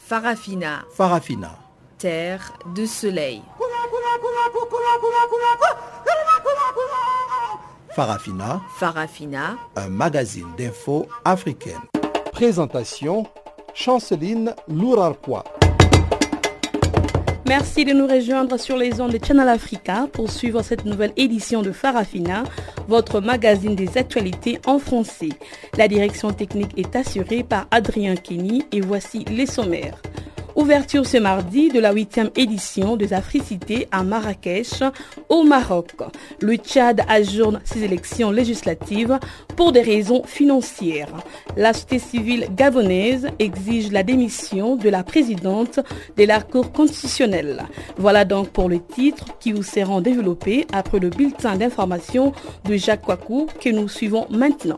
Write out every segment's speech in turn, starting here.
Farafina, Farafina. terre de soleil. Farafina, Farafina, un magazine d'infos africaine. Présentation, Chanceline Lourarpois. Merci de nous rejoindre sur les ondes de Channel Africa pour suivre cette nouvelle édition de Farafina, votre magazine des actualités en français. La direction technique est assurée par Adrien Kenny et voici les sommaires. Ouverture ce mardi de la 8e édition des Africités à Marrakech, au Maroc. Le Tchad ajourne ses élections législatives pour des raisons financières. La société civile gabonaise exige la démission de la présidente de la Cour constitutionnelle. Voilà donc pour les titres qui vous seront développés après le bulletin d'information de Jacques Kouakou que nous suivons maintenant.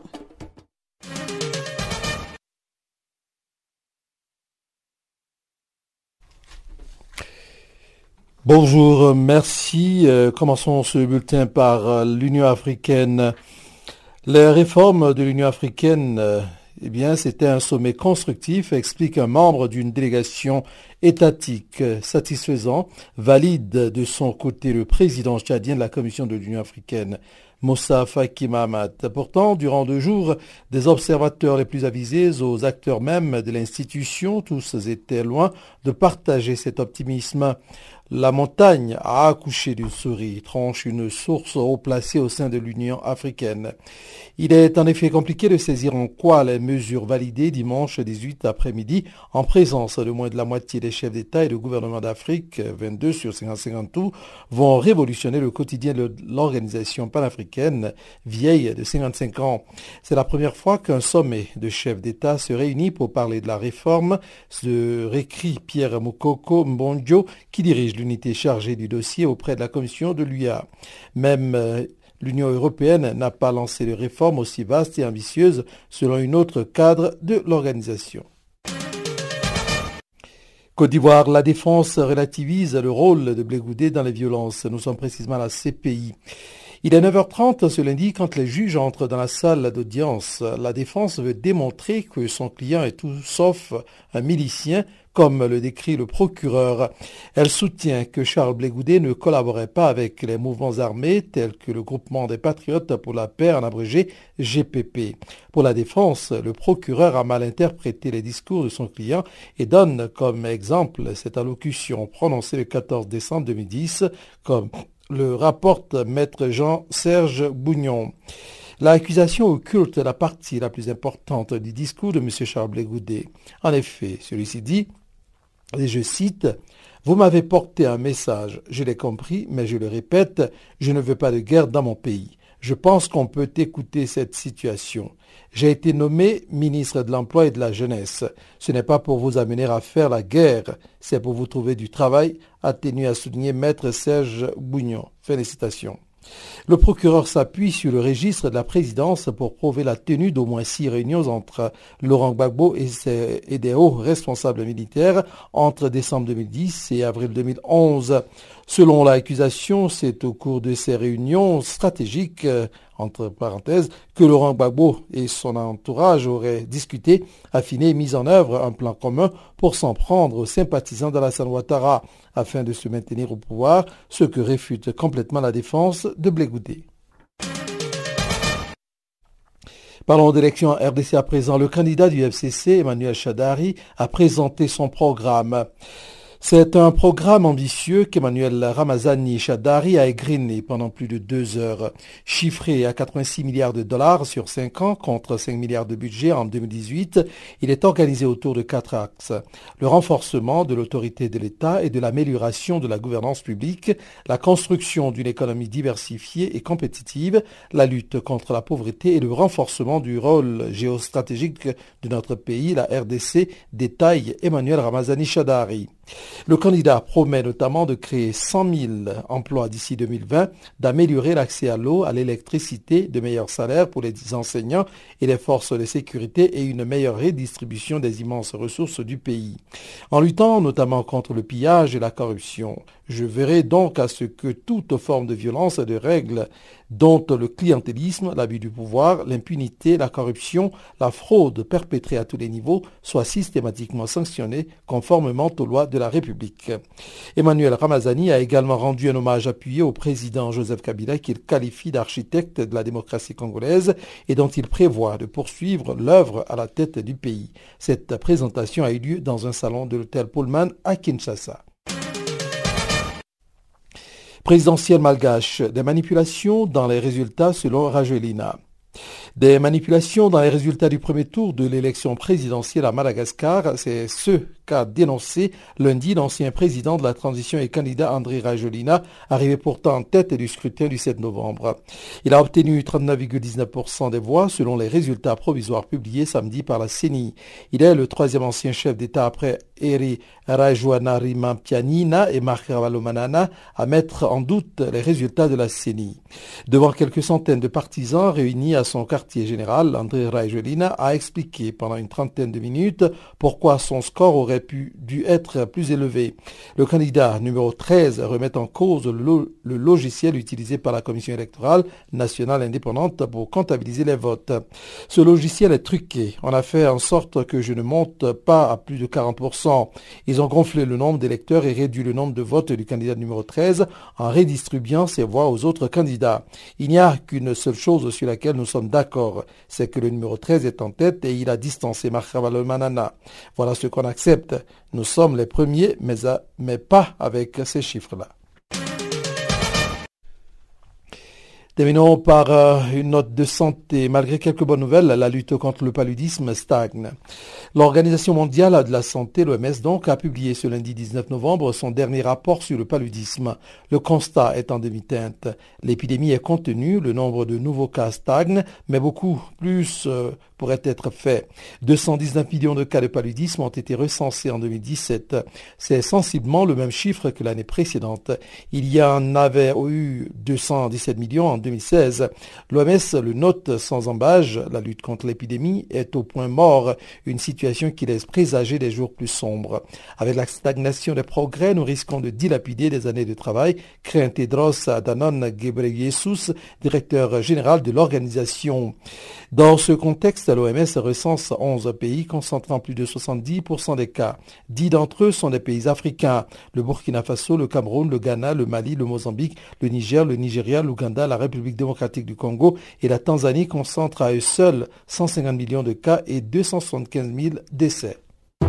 Bonjour, merci. Commençons ce bulletin par l'Union africaine. Les réformes de l'Union africaine, c'était un sommet constructif, explique un membre d'une délégation étatique satisfaisant, valide de son côté le président tchadien de la Commission de l'Union africaine, Moussa Faki Mahamat. Pourtant, durant 2 jours, des observateurs les plus avisés aux acteurs même de l'institution, tous étaient loin de partager cet optimisme. La montagne a accouché d'une souris, tranche une source haut placée au sein de l'Union africaine. Il est en effet compliqué de saisir en quoi les mesures validées dimanche 18 après-midi en présence de moins de la moitié des chefs d'État et de gouvernement d'Afrique, 22 sur 50 tout, vont révolutionner le quotidien de l'organisation panafricaine, vieille de 55 ans. C'est la première fois qu'un sommet de chefs d'État se réunit pour parler de la réforme, se récrit Pierre Moukoko Mbonjo, qui dirige l'unité chargée du dossier auprès de la commission de l'UA. Même l'Union européenne n'a pas lancé de réforme aussi vaste et ambitieuse selon une autre cadre de l'organisation. Côte d'Ivoire, la défense relativise le rôle de Blé Goudé dans les violences. Nous sommes précisément à la CPI. Il est 9h30 ce lundi quand les juges entrent dans la salle d'audience. La défense veut démontrer que son client est tout sauf un milicien, comme le décrit le procureur. Elle soutient que Charles Blé Goudé ne collaborait pas avec les mouvements armés tels que le Groupement des Patriotes pour la Paix, en abrégé GPP. Pour la défense, le procureur a mal interprété les discours de son client et donne comme exemple cette allocution prononcée le 14 décembre 2010, comme le rapporte maître Jean-Serge Bougnon. L'accusation occulte la partie la plus importante du discours de M. Charles Blé Goudé. En effet, celui-ci dit, et je cite, « Vous m'avez porté un message, je l'ai compris, mais je le répète, je ne veux pas de guerre dans mon pays. Je pense qu'on peut écouter cette situation. J'ai été nommé ministre de l'Emploi et de la Jeunesse. Ce n'est pas pour vous amener à faire la guerre, c'est pour vous trouver du travail, a tenu à souligner maître Serge Bougnon. » Fin de citation. Le procureur s'appuie sur le registre de la présidence pour prouver la tenue d'au moins 6 réunions entre Laurent Gbagbo et des hauts responsables militaires entre décembre 2010 et avril 2011. Selon l'accusation, c'est au cours de ces réunions stratégiques, entre parenthèses, que Laurent Gbagbo et son entourage auraient discuté, affiné et mis en œuvre un plan commun pour s'en prendre aux sympathisants d'Alassane Ouattara, afin de se maintenir au pouvoir, ce que réfute complètement la défense de Blé Goudé. Parlons d'élection en RDC à présent. Le candidat du FCC, Emmanuel Shadari, a présenté son programme. C'est un programme ambitieux qu'Emmanuel Ramazani Shadari a égrené pendant plus de 2 heures. Chiffré à 86 milliards de dollars sur 5 ans contre 5 milliards de budget en 2018, il est organisé autour de 4 axes. Le renforcement de l'autorité de l'État et de l'amélioration de la gouvernance publique, la construction d'une économie diversifiée et compétitive, la lutte contre la pauvreté et le renforcement du rôle géostratégique de notre pays, la RDC, détaille Emmanuel Ramazani Shadari. Le candidat promet notamment de créer 100 000 emplois d'ici 2020, d'améliorer l'accès à l'eau, à l'électricité, de meilleurs salaires pour les enseignants et les forces de sécurité et une meilleure redistribution des immenses ressources du pays. En luttant notamment contre le pillage et la corruption, Je verrai donc à ce que toute forme de violence et de règles dont le clientélisme, l'abus du pouvoir, l'impunité, la corruption, la fraude perpétrée à tous les niveaux soient systématiquement sanctionnées conformément aux lois de la République. Emmanuel Ramazani a également rendu un hommage appuyé au président Joseph Kabila qu'il qualifie d'architecte de la démocratie congolaise et dont il prévoit de poursuivre l'œuvre à la tête du pays. Cette présentation a eu lieu dans un salon de l'hôtel Pullman à Kinshasa. Présidentielle malgache, des manipulations dans les résultats selon Rajoelina. Des manipulations dans les résultats du premier tour de l'élection présidentielle à Madagascar, c'est ce qu'a dénoncé lundi l'ancien président de la transition et candidat Andry Rajoelina, arrivé pourtant en tête du scrutin du 7 novembre. Il a obtenu 39,19% des voix selon les résultats provisoires publiés samedi par la CENI. Il est le troisième ancien chef d'État après Eri Rajoelina et Marc Ravalomanana à mettre en doute les résultats de la CENI. Devant quelques centaines de partisans réunis à son quartier général, Andry Rajoelina a expliqué pendant une trentaine de minutes pourquoi son score aurait dû être plus élevé. Le candidat numéro 13 remet en cause le logiciel utilisé par la Commission électorale nationale indépendante pour comptabiliser les votes. Ce logiciel est truqué. On a fait en sorte que je ne monte pas à plus de 40%. Ils ont gonflé le nombre d'électeurs et réduit le nombre de votes du candidat numéro 13 en redistribuant ses voix aux autres candidats. Il n'y a qu'une seule chose sur laquelle nous sommes d'accord, c'est que le numéro 13 est en tête et il a distancé Marc Ravalomanana. Voilà ce qu'on accepte. Nous sommes les premiers, mais pas avec ces chiffres-là. Terminons par une note de santé. Malgré quelques bonnes nouvelles, la lutte contre le paludisme stagne. L'Organisation mondiale de la santé, l'OMS donc, a publié ce lundi 19 novembre son dernier rapport sur le paludisme. Le constat est en demi-teinte. L'épidémie est contenue, le nombre de nouveaux cas stagne, mais beaucoup plus pourrait être fait. 219 millions de cas de paludisme ont été recensés en 2017. C'est sensiblement le même chiffre que l'année précédente. Il y en avait eu 217 millions en 2016. L'OMS le note sans embâge, la lutte contre l'épidémie est au point mort, une situation qui laisse présager des jours plus sombres. Avec la stagnation des progrès, nous risquons de dilapider des années de travail, craint Tedros Adhanom Ghebreyesus, directeur général de l'organisation. Dans ce contexte, l'OMS recense 11 pays concentrant plus de 70% des cas. 10 d'entre eux sont des pays africains, le Burkina Faso, le Cameroun, le Ghana, le Mali, le Mozambique, le Niger, le Nigeria, l'Ouganda, la République démocratique du Congo et la Tanzanie concentrent à eux seuls 150 millions de cas et 275 000 décès.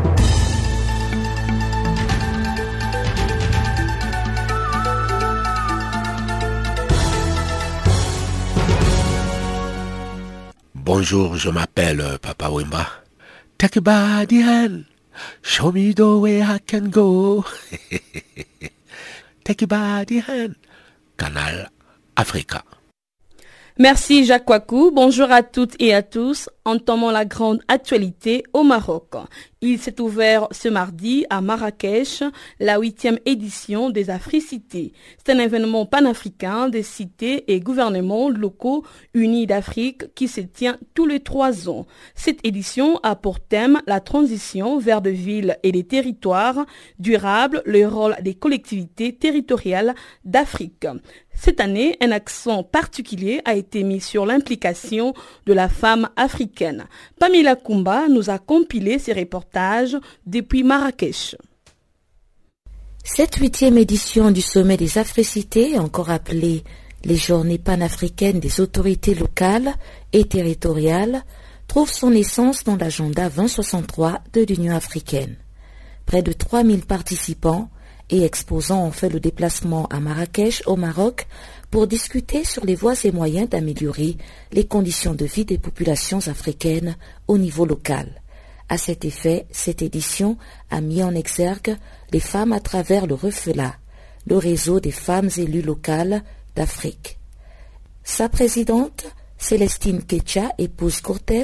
Bonjour, je m'appelle Papa Wemba. Take a body hand, show me the way I can go. Take a body hand, Canal Africa. Merci Jacques Kouakou. Bonjour à toutes et à tous. Entamons la grande actualité au Maroc. Il s'est ouvert ce mardi à Marrakech la 8e édition des Africités. C'est un événement panafricain des cités et gouvernements locaux unis d'Afrique qui se tient tous les 3 ans. Cette édition a pour thème la transition vers des villes et des territoires durables, le rôle des collectivités territoriales d'Afrique. Cette année, un accent particulier a été mis sur l'implication de la femme africaine. Pamela Kumba nous a compilé ces reportages depuis Marrakech. Cette 8e édition du sommet des Africités, encore appelée les Journées panafricaines des autorités locales et territoriales, trouve son essence dans l'agenda 2063 de l'Union africaine. Près de 3000 participants et exposants ont fait le déplacement à Marrakech, au Maroc, pour discuter sur les voies et moyens d'améliorer les conditions de vie des populations africaines au niveau local. À cet effet, cette édition a mis en exergue les femmes à travers le REFELA, le réseau des femmes élues locales d'Afrique. Sa présidente, Célestine Ketcha, épouse Cortés,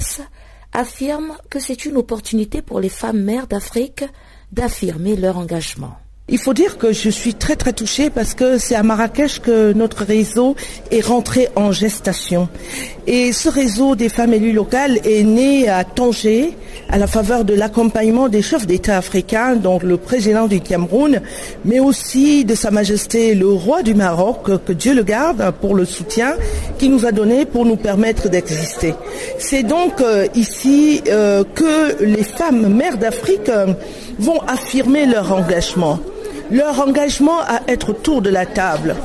affirme que c'est une opportunité pour les femmes mères d'Afrique d'affirmer leur engagement. Il faut dire que je suis très très touchée parce que c'est à Marrakech que notre réseau est rentré en gestation. Et ce réseau des femmes élues locales est né à Tanger à la faveur de l'accompagnement des chefs d'État africains, donc le président du Cameroun, mais aussi de Sa Majesté le roi du Maroc, que Dieu le garde, pour le soutien qu'il nous a donné pour nous permettre d'exister. C'est donc ici que les femmes mères d'Afrique vont affirmer leur engagement à être autour de la table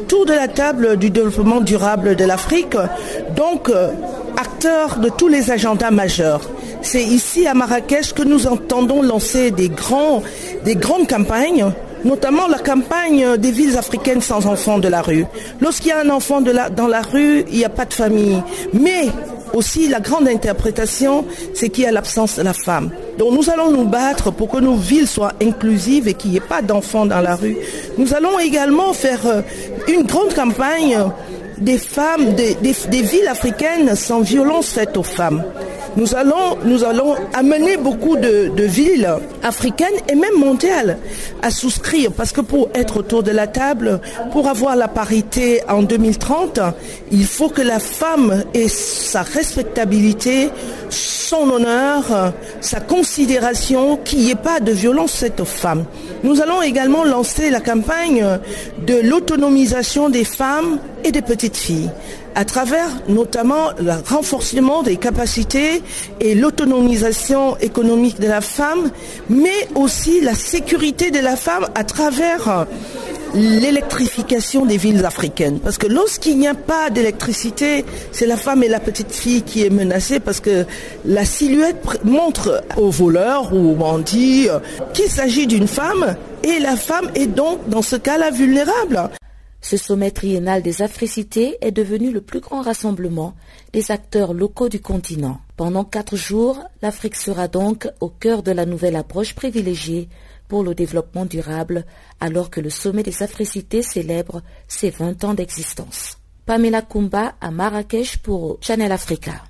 du développement durable de l'Afrique, donc acteurs de tous les agendas majeurs. C'est ici à Marrakech que nous entendons lancer des grandes campagnes, notamment la campagne des villes africaines sans enfants de la rue. Lorsqu'il y a un enfant dans la rue, il n'y a pas de famille. Mais aussi, la grande interprétation, c'est qu'il y a l'absence de la femme. Donc nous allons nous battre pour que nos villes soient inclusives et qu'il n'y ait pas d'enfants dans la rue. Nous allons également faire une grande campagne des femmes, des villes africaines sans violence faite aux femmes. Nous allons amener beaucoup de villes africaines et même mondiales à souscrire, parce que pour être autour de la table, pour avoir la parité en 2030, il faut que la femme ait sa respectabilité, son honneur, sa considération, qu'il n'y ait pas de violence faite aux femmes. Nous allons également lancer la campagne de l'autonomisation des femmes et des petites filles, à travers notamment le renforcement des capacités et l'autonomisation économique de la femme, mais aussi la sécurité de la femme à travers l'électrification des villes africaines. Parce que lorsqu'il n'y a pas d'électricité, c'est la femme et la petite fille qui est menacée, parce que la silhouette montre aux voleurs ou aux bandits qu'il s'agit d'une femme, et la femme est donc dans ce cas-là vulnérable. Ce sommet triennal des Africités est devenu le plus grand rassemblement des acteurs locaux du continent. Pendant 4 jours, l'Afrique sera donc au cœur de la nouvelle approche privilégiée pour le développement durable, alors que le sommet des Africités célèbre ses 20 ans d'existence. Pamela Kumba à Marrakech pour Channel Africa.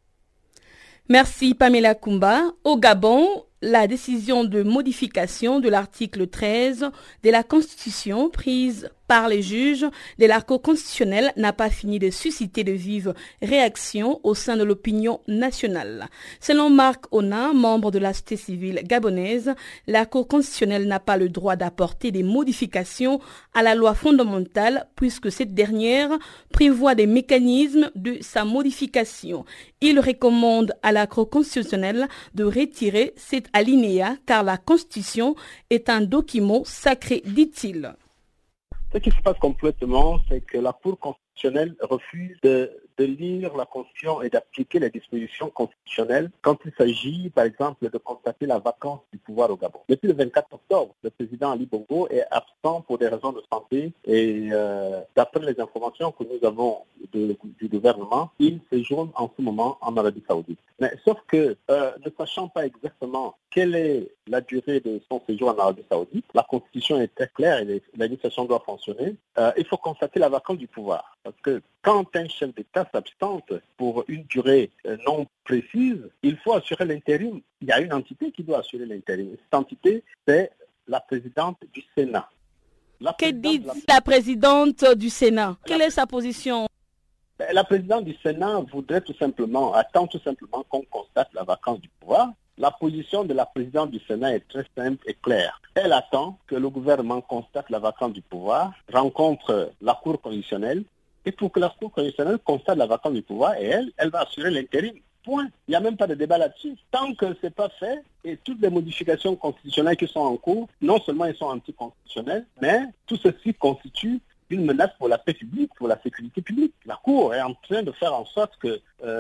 Merci Pamela Kumba. Au Gabon, la décision de modification de l'article 13 de la Constitution prise par les juges de la Cour constitutionnelle n'a pas fini de susciter de vives réactions au sein de l'opinion nationale. Selon Marc Ona, membre de la société civile gabonaise, la Cour constitutionnelle n'a pas le droit d'apporter des modifications à la loi fondamentale puisque cette dernière prévoit des mécanismes de sa modification. Il recommande à la Cour constitutionnelle de retirer cet alinéa car la Constitution est un document sacré, dit-il. Ce qui se passe complètement, c'est que la Cour constitutionnelle refuse de lire la Constitution et d'appliquer les dispositions constitutionnelles quand il s'agit, par exemple, de constater la vacance du pouvoir au Gabon. Depuis le 24 octobre, le président Ali Bongo est absent pour des raisons de santé et d'après les informations que nous avons du gouvernement, il séjourne en ce moment en Arabie Saoudite. Mais sauf que, ne sachant pas exactement quelle est la durée de son séjour en Arabie Saoudite, la Constitution est très claire et l'administration doit fonctionner. Il faut constater la vacance du pouvoir. Parce que quand un chef d'État s'absente pour une durée non précise, il faut assurer l'intérim. Il y a une entité qui doit assurer l'intérim. Cette entité, c'est la présidente du Sénat. Que dit la présidente du Sénat? Quelle est sa position? La présidente du Sénat voudrait attend tout simplement qu'on constate la vacance du pouvoir. La position de la présidente du Sénat est très simple et claire. Elle attend que le gouvernement constate la vacance du pouvoir, rencontre la Cour constitutionnelle, et pour que la Cour constitutionnelle constate la vacance du pouvoir, et elle va assurer l'intérim. Point. Il n'y a même pas de débat là-dessus. Tant que ce n'est pas fait, et toutes les modifications constitutionnelles qui sont en cours, non seulement elles sont anticonstitutionnelles, mais tout ceci constitue une menace pour la paix publique, pour la sécurité publique. La Cour est en train de faire en sorte que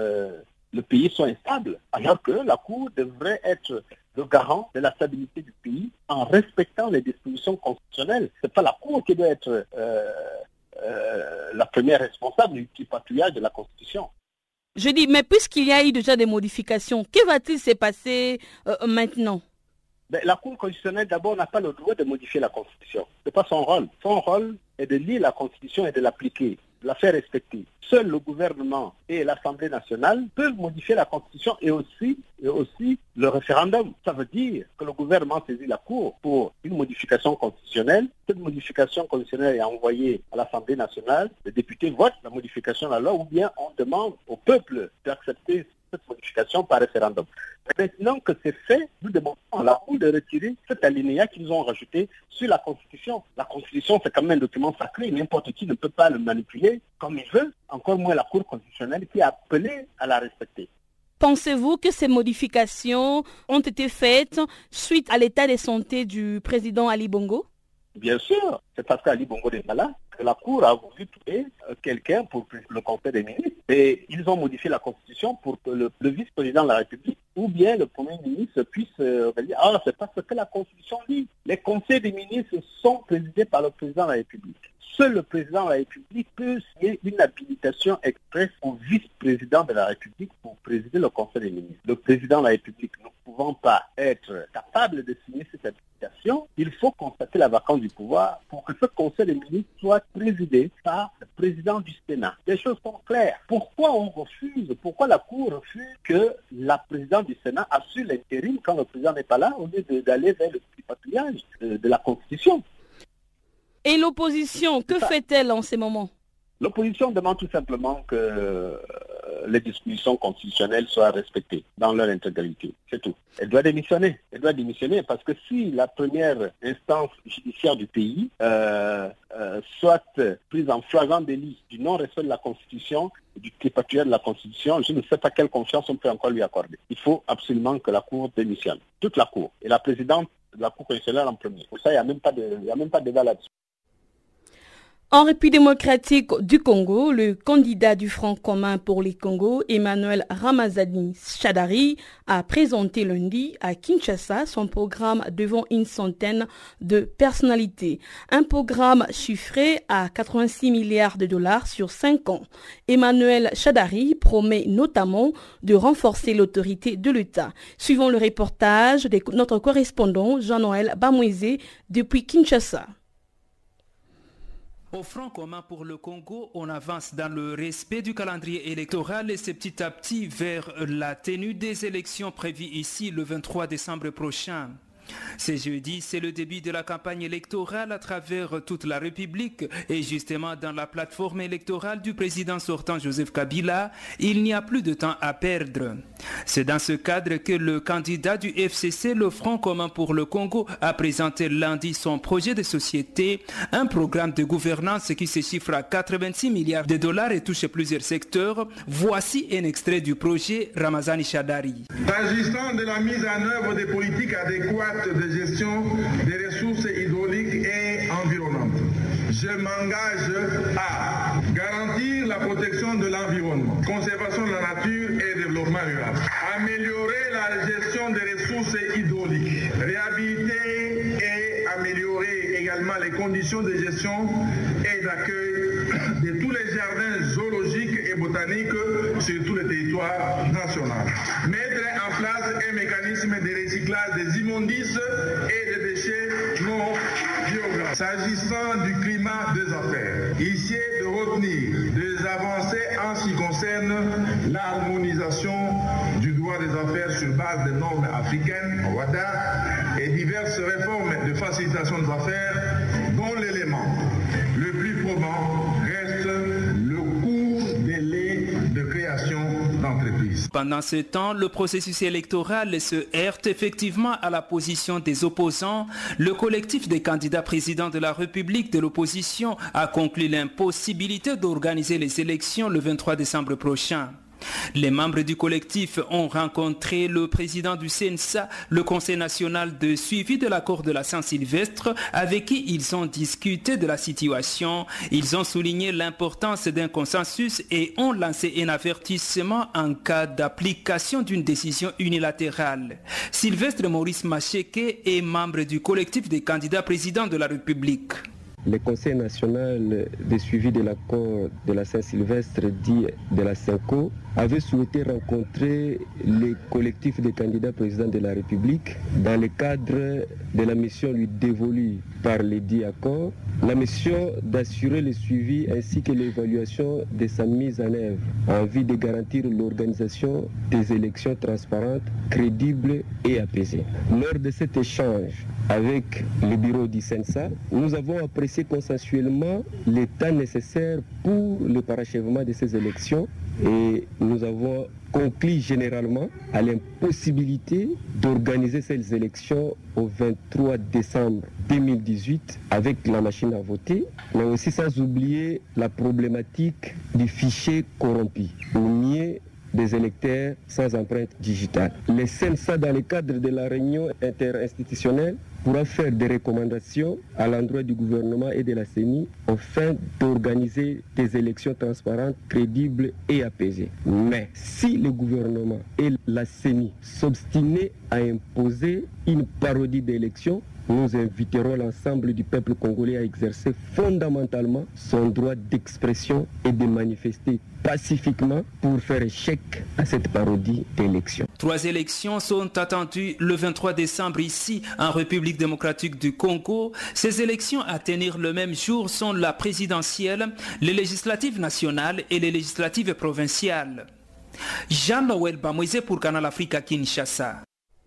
le pays soit instable, alors que la Cour devrait être le garant de la stabilité du pays en respectant les dispositions constitutionnelles. Ce n'est pas la Cour qui doit être la première responsable du tripatouillage de la Constitution. Je dis, mais puisqu'il y a eu déjà des modifications, que va-t-il se passer maintenant? La Cour constitutionnelle, d'abord, n'a pas le droit de modifier la Constitution. Ce n'est pas son rôle. Son rôle est de lire la Constitution et de l'appliquer. la faire respecter. Seul le gouvernement et l'Assemblée nationale peuvent modifier la Constitution et aussi le référendum. Ça veut dire que le gouvernement saisit la Cour pour une modification constitutionnelle. Cette modification constitutionnelle est envoyée à l'Assemblée nationale. Les députés votent la modification de la loi ou bien on demande au peuple d'accepter cette modification par référendum. Maintenant que c'est fait, nous demandons à la Cour de retirer cet alinéa qu'ils ont rajouté sur la Constitution. La Constitution, c'est quand même un document sacré. N'importe qui ne peut pas le manipuler comme il veut, encore moins la Cour constitutionnelle qui est appelée à la respecter. Pensez-vous que ces modifications ont été faites suite à l'état de santé du président Ali Bongo? Bien sûr, c'est parce qu'Ali Bongo est malade que la Cour a voulu trouver quelqu'un pour le Conseil des ministres. Et ils ont modifié la Constitution pour que le vice-président de la République ou bien le Premier ministre puisse dire « Ah, c'est pas ce que la Constitution dit ». Les conseils des ministres sont présidés par le président de la République. Seul le président de la République peut signer une habilitation expresse au vice-président de la République pour présider le Conseil des ministres. Le président de la République ne pouvant pas être capable de signer cette habilitation, il faut constater la vacance du pouvoir pour que ce Conseil des ministres soit présidé par le président du Sénat. Les choses sont claires. Pourquoi on refuse, pourquoi la Cour refuse que la présidente du Sénat assure l'intérim quand le président n'est pas là au lieu d'aller vers le tripatouillage de la Constitution? Et l'opposition, que fait-elle en ces moments? L'opposition demande tout simplement que les dispositions constitutionnelles soient respectées dans leur intégralité. C'est tout. Elle doit démissionner. Elle doit démissionner parce que si la première instance judiciaire du pays soit prise en flagrant délit du non-respect de la Constitution, du tripatouillage de la Constitution, je ne sais pas quelle confiance on peut encore lui accorder. Il faut absolument que la Cour démissionne. Toute la Cour. Et la présidente de la Cour constitutionnelle en premier. Pour ça, il n'y a même pas de débat là-dessus. En République démocratique du Congo, le candidat du Front commun pour les Congos, Emmanuel Ramazani Shadary, a présenté lundi à Kinshasa son programme devant une centaine de personnalités. Un programme chiffré à 86 milliards de dollars sur 5 ans. Emmanuel Shadary promet notamment de renforcer l'autorité de l'État. Suivons le reportage de notre correspondant Jean-Noël Bamouizé depuis Kinshasa. Au Front commun pour le Congo, on avance dans le respect du calendrier électoral et c'est petit à petit vers la tenue des élections prévues ici le 23 décembre prochain. Ce jeudi, c'est le début de la campagne électorale à travers toute la République et justement dans la plateforme électorale du président sortant Joseph Kabila, il n'y a plus de temps à perdre. C'est dans ce cadre que le candidat du FCC, le Front commun pour le Congo, a présenté lundi son projet de société, un programme de gouvernance qui se chiffre à 86 milliards de dollars et touche plusieurs secteurs. Voici un extrait du projet Ramazani Shadary. S'agissant de la mise en œuvre des politiques adéquates de gestion des ressources hydrauliques et environnantes, je m'engage à garantir la protection de l'environnement, conservation de la nature et développement rural, améliorer la gestion des ressources hydrauliques, réhabiliter et améliorer également les conditions de gestion et d'accueil de tous les jardins zoologiques et botaniques sur tout le territoire national. Mettre en place un mécanisme de recyclage des immondices et des déchets non biogrammes. S'agissant du climat des affaires, ici de retenir des avancées en ce qui concerne l'harmonisation du droit des affaires sur base des normes africaines, WADA, et diverses réformes de facilitation des affaires, dont l'élément le plus probant reste le court délai de création d'entreprise. Pendant ce temps, le processus électoral se heurte effectivement à la position des opposants. Le collectif des candidats présidents de la République de l'opposition a conclu l'impossibilité d'organiser les élections le 23 décembre prochain. Les membres du collectif ont rencontré le président du CNSA, le Conseil national de suivi de l'accord de la Saint-Sylvestre, avec qui ils ont discuté de la situation. Ils ont souligné l'importance d'un consensus et ont lancé un avertissement en cas d'application d'une décision unilatérale. Sylvestre Maurice Macheke est membre du collectif des candidats présidents de la République. le Conseil national de suivi de l'accord de la Saint-Sylvestre, dit de la CENCO, avait souhaité rencontrer les collectifs des candidats présidents de la République dans le cadre de la mission lui dévolue par les dits accords, la mission d'assurer le suivi ainsi que l'évaluation de sa mise en œuvre en vue de garantir l'organisation des élections transparentes, crédibles et apaisées. Lors de cet échange avec le bureau du CENSA, nous avons apprécié consensuellement le temps nécessaire pour le parachèvement de ces élections et nous avons conclu généralement à l'impossibilité d'organiser ces élections au 23 décembre 2018 avec la machine à voter, mais aussi sans oublier la problématique du fichier corrompu, ou nier des électeurs sans empreinte digitale. Le CENSA, dans le cadre de la réunion interinstitutionnelle, pourra faire des recommandations à l'endroit du gouvernement et de la CENI afin d'organiser des élections transparentes, crédibles et apaisées. Mais si le gouvernement et la CENI s'obstinaient à imposer une parodie d'élections, nous inviterons l'ensemble du peuple congolais à exercer fondamentalement son droit d'expression et de manifester pacifiquement pour faire échec à cette parodie d'élection. 3 élections sont attendues le 23 décembre ici en République démocratique du Congo. Ces élections à tenir le même jour sont la présidentielle, les législatives nationales et les législatives provinciales. Jean-Noël Bamouizé pour Canal Africa Kinshasa.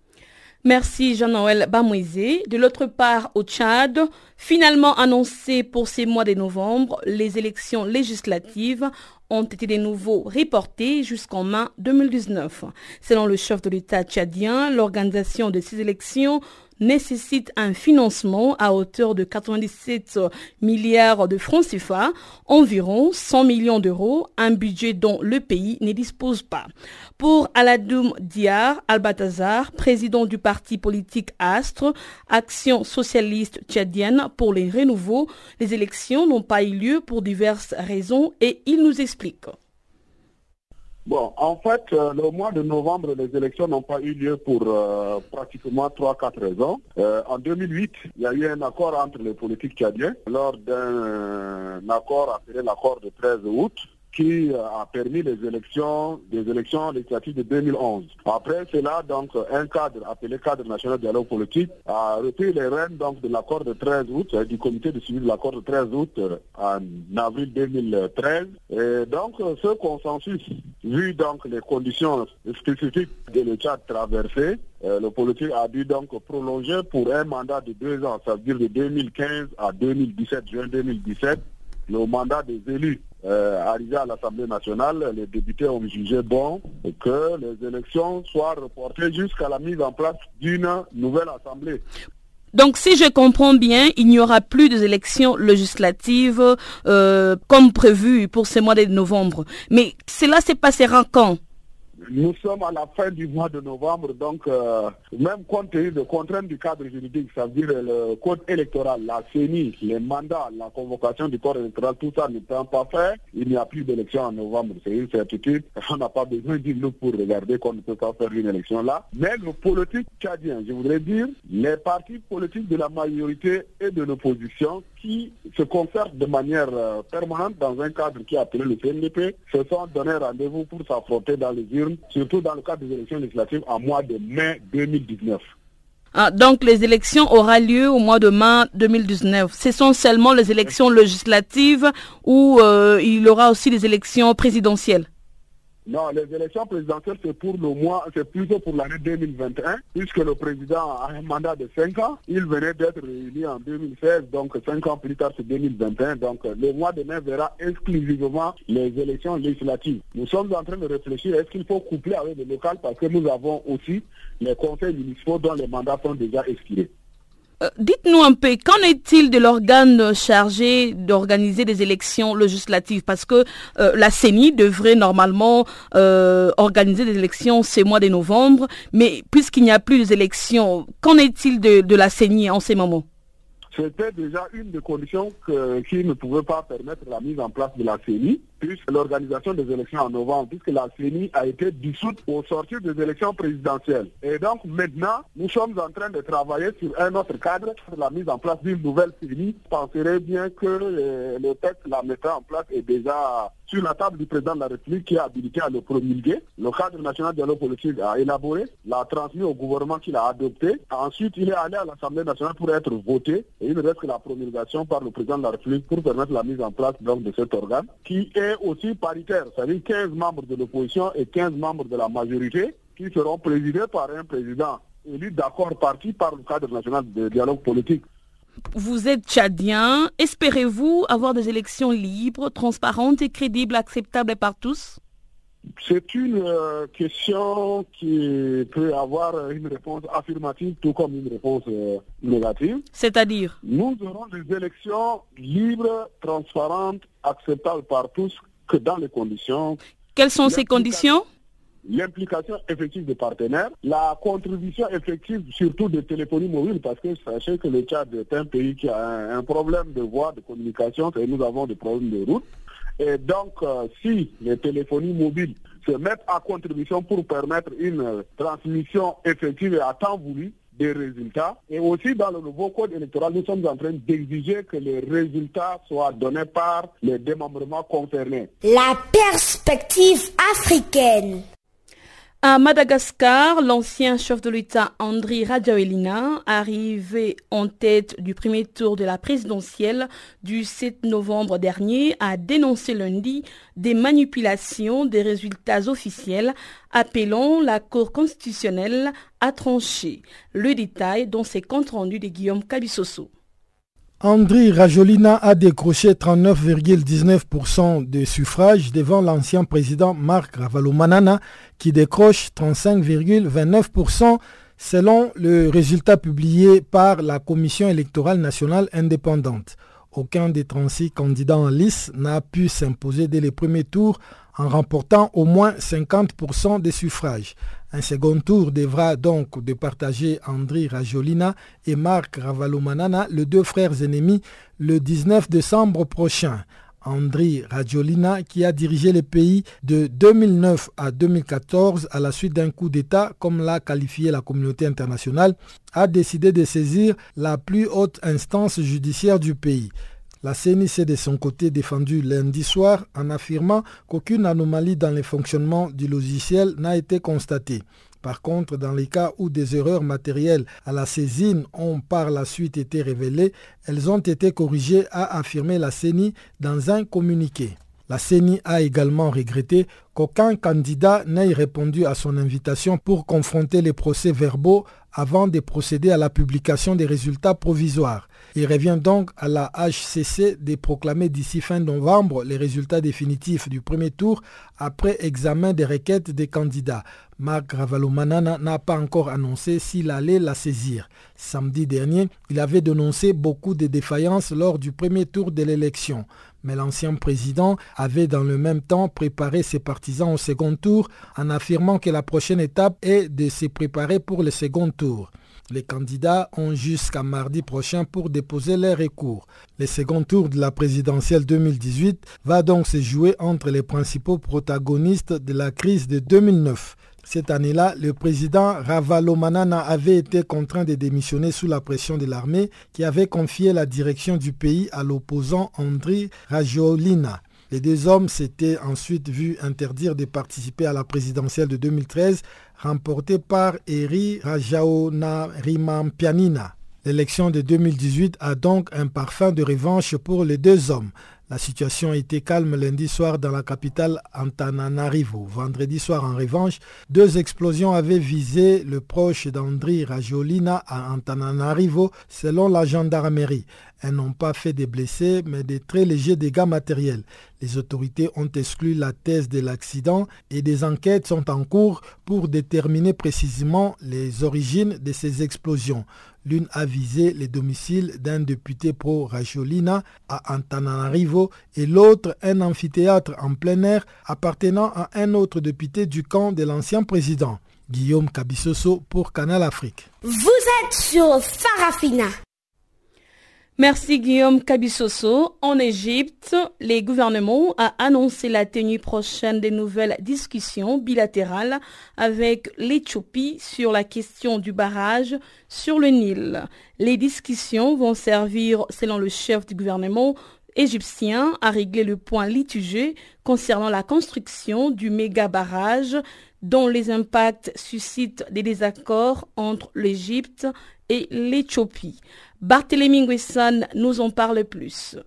Merci Jean-Noël Bamouizé. De l'autre part, au Tchad, finalement annoncé pour ces mois de novembre, les élections législatives ont été de nouveau reportées jusqu'en mai 2019. Selon le chef de l'État tchadien, l'organisation de ces élections nécessite un financement à hauteur de 97 milliards de francs CFA, environ 100 millions d'euros, un budget dont le pays ne dispose pas. Pour Aladoum Diar Al-Batazar, président du parti politique Astre, Action socialiste tchadienne pour les renouveaux, les élections n'ont pas eu lieu pour diverses raisons et il nous explique. Bon, en fait, le mois de novembre, les élections n'ont pas eu lieu pour pratiquement 3-4 raisons. En 2008, il y a eu un accord entre les politiques tchadiens lors d'un accord appelé l'accord de 13 août qui a permis des élections législatives de 2011. Après cela, donc, un cadre appelé cadre national de dialogue politique a repris les rênes donc, de l'accord de 13 août, du comité de suivi de l'accord de 13 août en avril 2013. Et donc, ce consensus, vu donc les conditions spécifiques de l'État traversé, le politique a dû donc prolonger pour un mandat de 2 ans, ça veut dire de 2015 à 2017, juin 2017, le mandat des élus. Arrivé à l'Assemblée nationale, les députés ont jugé bon que les élections soient reportées jusqu'à la mise en place d'une nouvelle Assemblée. Donc, si je comprends bien, il n'y aura plus d'élections législatives comme prévu pour ce mois de novembre. Mais cela se passera quand ? Nous sommes à la fin du mois de novembre, donc même compte tenu de contraintes du cadre juridique, ça veut dire le code électoral, la CENI, les mandats, la convocation du corps électoral, tout ça n'étant pas fait, il n'y a plus d'élection en novembre. C'est une certitude. On n'a pas besoin d'une loupe pour regarder qu'on ne peut pas faire une élection là. Mais le politique tchadien, je voudrais dire, les partis politiques de la majorité et de l'opposition qui se concertent de manière permanente dans un cadre qui est appelé le CNDP, se sont donné rendez-vous pour s'affronter dans les urnes, surtout dans le cadre des élections législatives en mois de mai 2019. Donc les élections auront lieu au mois de mai 2019. Ce sont seulement les élections législatives ou il y aura aussi des élections présidentielles? Non, les élections présidentielles, c'est plutôt pour l'année 2021, puisque le président a un mandat de 5 ans. Il venait d'être réélu en 2016, donc 5 ans plus tard, c'est 2021. Donc le mois de mai verra exclusivement les élections législatives. Nous sommes en train de réfléchir, est-ce qu'il faut coupler avec les locales, parce que nous avons aussi les conseils municipaux dont les mandats sont déjà expirés. Dites-nous un peu, qu'en est-il de l'organe chargé d'organiser des élections législatives? Parce que la CENI devrait normalement organiser des élections ce mois de novembre, mais puisqu'il n'y a plus d'élections, qu'en est-il de la CENI en ces moments? C'était déjà une des conditions qui ne pouvait pas permettre la mise en place de la CENI, plus l'organisation des élections en novembre, puisque la CENI a été dissoute au sortir des élections présidentielles. Et donc maintenant, nous sommes en train de travailler sur un autre cadre, la mise en place d'une nouvelle CENI. Je penserais bien que le texte la mettra en place est déjà sur la table du président de la République qui est habilité à le promulguer. Le cadre national de dialogue politique a élaboré, l'a transmis au gouvernement qui l'a adopté. Ensuite, il est allé à l'Assemblée nationale pour être voté. Et il reste que la promulgation par le président de la République pour permettre la mise en place donc, de cet organe qui est aussi paritaire, c'est-à-dire 15 membres de l'opposition et 15 membres de la majorité qui seront présidés par un président élu d'accord parti par le cadre national de dialogue politique. Vous êtes tchadien. Espérez-vous avoir des élections libres, transparentes et crédibles, acceptables par tous? C'est une question qui peut avoir une réponse affirmative tout comme une réponse négative. C'est-à-dire? Nous aurons des élections libres, transparentes, acceptables par tous, que dans les conditions. Quelles sont ces conditions? L'implication effective des partenaires, la contribution effective surtout de téléphonie mobile, parce que sachez que le Tchad est un pays qui a un problème de voie de communication et nous avons des problèmes de route. Et donc, si les téléphonies mobiles se mettent à contribution pour permettre une transmission effective et à temps voulu des résultats, et aussi dans le nouveau code électoral, nous sommes en train d'exiger que les résultats soient donnés par les démembrements concernés. La perspective africaine. À Madagascar, l'ancien chef de l'État Andry Rajoelina, arrivé en tête du premier tour de la présidentielle du 7 novembre dernier, a dénoncé lundi des manipulations des résultats officiels, appelant la Cour constitutionnelle à trancher. Le détail dans ses comptes rendus de Guillaume Kabissoso. Andry Rajoelina a décroché 39,19% de suffrages devant l'ancien président Marc Ravalomanana qui décroche 35,29% selon le résultat publié par la Commission électorale nationale indépendante. Aucun des 36 candidats en lice n'a pu s'imposer dès les premiers tours en remportant au moins 50% des suffrages. Un second tour devra donc départager Andry Rajoelina et Marc Ravalomanana, les deux frères ennemis, le 19 décembre prochain. Andry Rajoelina, qui a dirigé le pays de 2009 à 2014 à la suite d'un coup d'État, comme l'a qualifié la communauté internationale, a décidé de saisir la plus haute instance judiciaire du pays. La CENI s'est de son côté défendue lundi soir en affirmant qu'aucune anomalie dans le fonctionnement du logiciel n'a été constatée. Par contre, dans les cas où des erreurs matérielles à la saisine ont par la suite été révélées, elles ont été corrigées, a affirmé la CENI dans un communiqué. La CENI a également regretté qu'aucun candidat n'ait répondu à son invitation pour confronter les procès-verbaux avant de procéder à la publication des résultats provisoires. Il revient donc à la HCC de proclamer d'ici fin novembre les résultats définitifs du premier tour après examen des requêtes des candidats. Marc Ravalomanana n'a pas encore annoncé s'il allait la saisir. Samedi dernier, il avait dénoncé beaucoup de défaillances lors du premier tour de l'élection. Mais l'ancien président avait dans le même temps préparé ses partisans au second tour en affirmant que la prochaine étape est de se préparer pour le second tour. Les candidats ont jusqu'à mardi prochain pour déposer leur recours. Le second tour de la présidentielle 2018 va donc se jouer entre les principaux protagonistes de la crise de 2009. Cette année-là, le président Ravalomanana avait été contraint de démissionner sous la pression de l'armée qui avait confié la direction du pays à l'opposant Andry Rajoelina. Les deux hommes s'étaient ensuite vus interdire de participer à la présidentielle de 2013, remportée par Eri Rajaonarimampianina. L'élection de 2018 a donc un parfum de revanche pour les deux hommes. La situation était calme lundi soir dans la capitale Antananarivo. Vendredi soir, en revanche, deux explosions avaient visé le proche d'Andry Rajoelina à Antananarivo, selon la gendarmerie. Elles n'ont pas fait de blessés, mais de très légers dégâts matériels. Les autorités ont exclu la thèse de l'accident et des enquêtes sont en cours pour déterminer précisément les origines de ces explosions. L'une a visé les domiciles d'un député pro-Rajoelina à Antananarivo et l'autre un amphithéâtre en plein air appartenant à un autre député du camp de l'ancien président. Guillaume Kabissoso pour Canal Afrique. Vous êtes sur Farafina. Merci Guillaume Kabissoso. En Égypte, le gouvernement a annoncé la tenue prochaine des nouvelles discussions bilatérales avec l'Éthiopie sur la question du barrage sur le Nil. Les discussions vont servir, selon le chef du gouvernement égyptien, à régler le point litigieux concernant la construction du méga barrage dont les impacts suscitent des désaccords entre l'Égypte et l'Éthiopie. Barthélémy Nguessan nous en parle plus.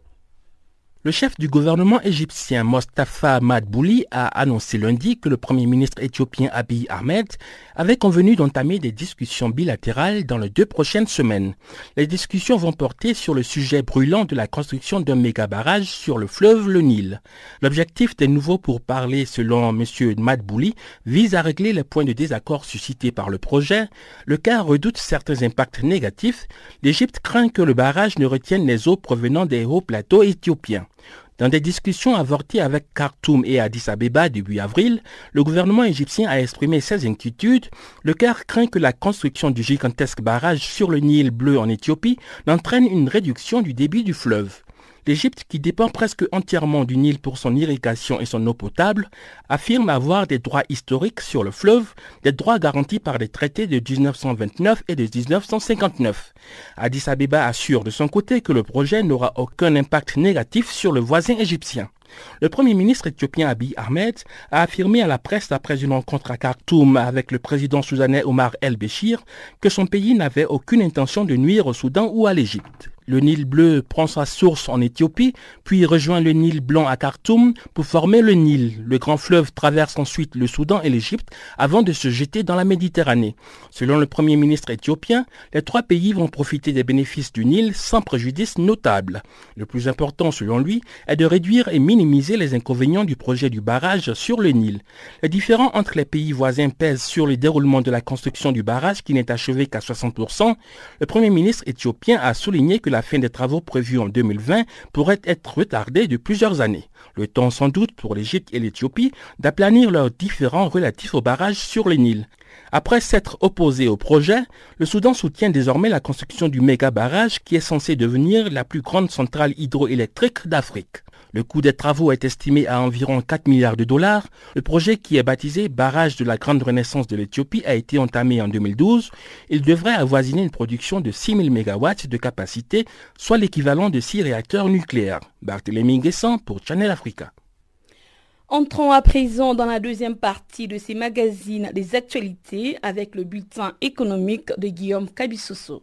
Le chef du gouvernement égyptien Mostafa Madbouli a annoncé lundi que le premier ministre éthiopien Abiy Ahmed avait convenu d'entamer des discussions bilatérales dans les 2 prochaines semaines. Les discussions vont porter sur le sujet brûlant de la construction d'un méga-barrage sur le fleuve le Nil. L'objectif des nouveaux pourparlers, selon M. Madbouli, vise à régler les points de désaccord suscités par le projet. Le cas redoute certains impacts négatifs. L'Égypte craint que le barrage ne retienne les eaux provenant des hauts plateaux éthiopiens. Dans des discussions avortées avec Khartoum et Addis Abeba début avril, le gouvernement égyptien a exprimé ses inquiétudes. Le Caire craint que la construction du gigantesque barrage sur le Nil bleu en Éthiopie n'entraîne une réduction du débit du fleuve. L'Égypte, qui dépend presque entièrement du Nil pour son irrigation et son eau potable, affirme avoir des droits historiques sur le fleuve, des droits garantis par les traités de 1929 et de 1959. Addis Abeba assure de son côté que le projet n'aura aucun impact négatif sur le voisin égyptien. Le premier ministre éthiopien Abiy Ahmed a affirmé à la presse après une rencontre à Khartoum avec le président soudanais Omar el-Béchir que son pays n'avait aucune intention de nuire au Soudan ou à l'Égypte. Le Nil bleu prend sa source en Éthiopie, puis rejoint le Nil blanc à Khartoum pour former le Nil. Le grand fleuve traverse ensuite le Soudan et l'Égypte avant de se jeter dans la Méditerranée. Selon le premier ministre éthiopien, les 3 pays vont profiter des bénéfices du Nil sans préjudice notable. Le plus important, selon lui, est de réduire et minimiser les inconvénients du projet du barrage sur le Nil. Les différends entre les pays voisins pèsent sur le déroulement de la construction du barrage qui n'est achevé qu'à 60%. Le premier ministre éthiopien a souligné que la fin des travaux prévus en 2020 pourrait être retardée de plusieurs années. Le temps sans doute pour l'Égypte et l'Éthiopie d'aplanir leurs différends relatifs au barrage sur le Nil. Après s'être opposé au projet, le Soudan soutient désormais la construction du méga barrage qui est censé devenir la plus grande centrale hydroélectrique d'Afrique. Le coût des travaux est estimé à environ 4 milliards de dollars. Le projet, qui est baptisé Barrage de la Grande Renaissance de l'Éthiopie, a été entamé en 2012. Il devrait avoisiner une production de 6 000 MW de capacité, soit l'équivalent de 6 réacteurs nucléaires. Barthélémy Nguessan pour Channel Africa. Entrons à présent dans la deuxième partie de ces magazines des actualités avec le bulletin économique de Guillaume Kabissoso.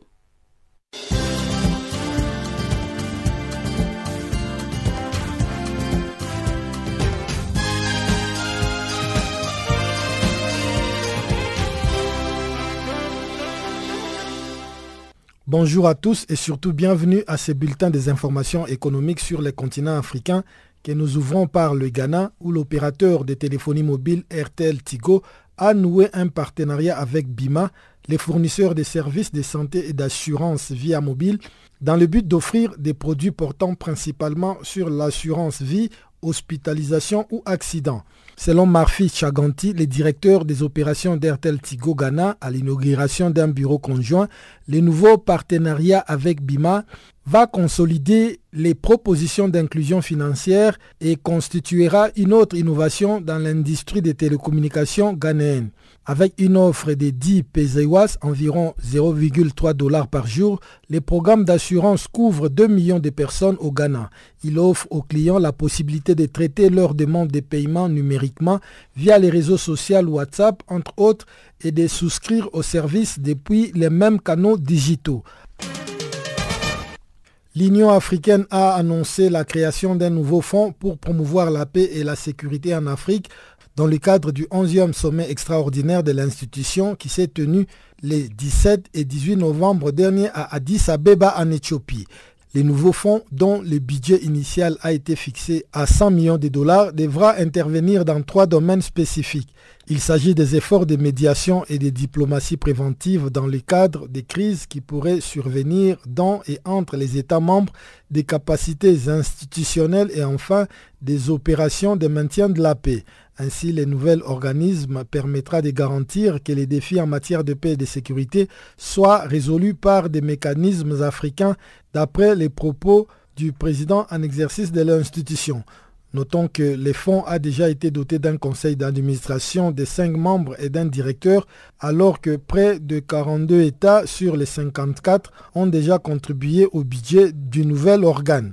Bonjour à tous et surtout bienvenue à ce bulletin des informations économiques sur les continents africains que nous ouvrons par le Ghana où l'opérateur de téléphonie mobile Airtel Tigo a noué un partenariat avec Bima, les fournisseurs de services de santé et d'assurance via mobile, dans le but d'offrir des produits portant principalement sur l'assurance vie, hospitalisation ou accident. Selon Marfi Chaganti, le directeur des opérations d'Airtel Tigo Ghana, à l'inauguration d'un bureau conjoint, le nouveau partenariat avec Bima va consolider les propositions d'inclusion financière et constituera une autre innovation dans l'industrie des télécommunications ghanéennes. Avec une offre de 10 pesewas, environ 0,3 $ par jour, les programmes d'assurance couvrent 2 millions de personnes au Ghana. Il offre aux clients la possibilité de traiter leurs demandes de paiement numériquement via les réseaux sociaux WhatsApp, entre autres, et de souscrire aux services depuis les mêmes canaux digitaux. L'Union africaine a annoncé la création d'un nouveau fonds pour promouvoir la paix et la sécurité en Afrique dans le cadre du 11e sommet extraordinaire de l'institution qui s'est tenu les 17 et 18 novembre dernier à Addis Abeba en Éthiopie. Les nouveaux fonds, dont le budget initial a été fixé à 100 millions de dollars, devra intervenir dans 3 domaines spécifiques. Il s'agit des efforts de médiation et de diplomatie préventive dans le cadre des crises qui pourraient survenir dans et entre les États membres, des capacités institutionnelles et enfin des opérations de maintien de la paix. Ainsi, le nouvel organisme permettra de garantir que les défis en matière de paix et de sécurité soient résolus par des mécanismes africains, d'après les propos du président en exercice de l'institution. Notons que le fonds a déjà été doté d'un conseil d'administration de 5 membres et d'un directeur, alors que près de 42 États sur les 54 ont déjà contribué au budget du nouvel organe.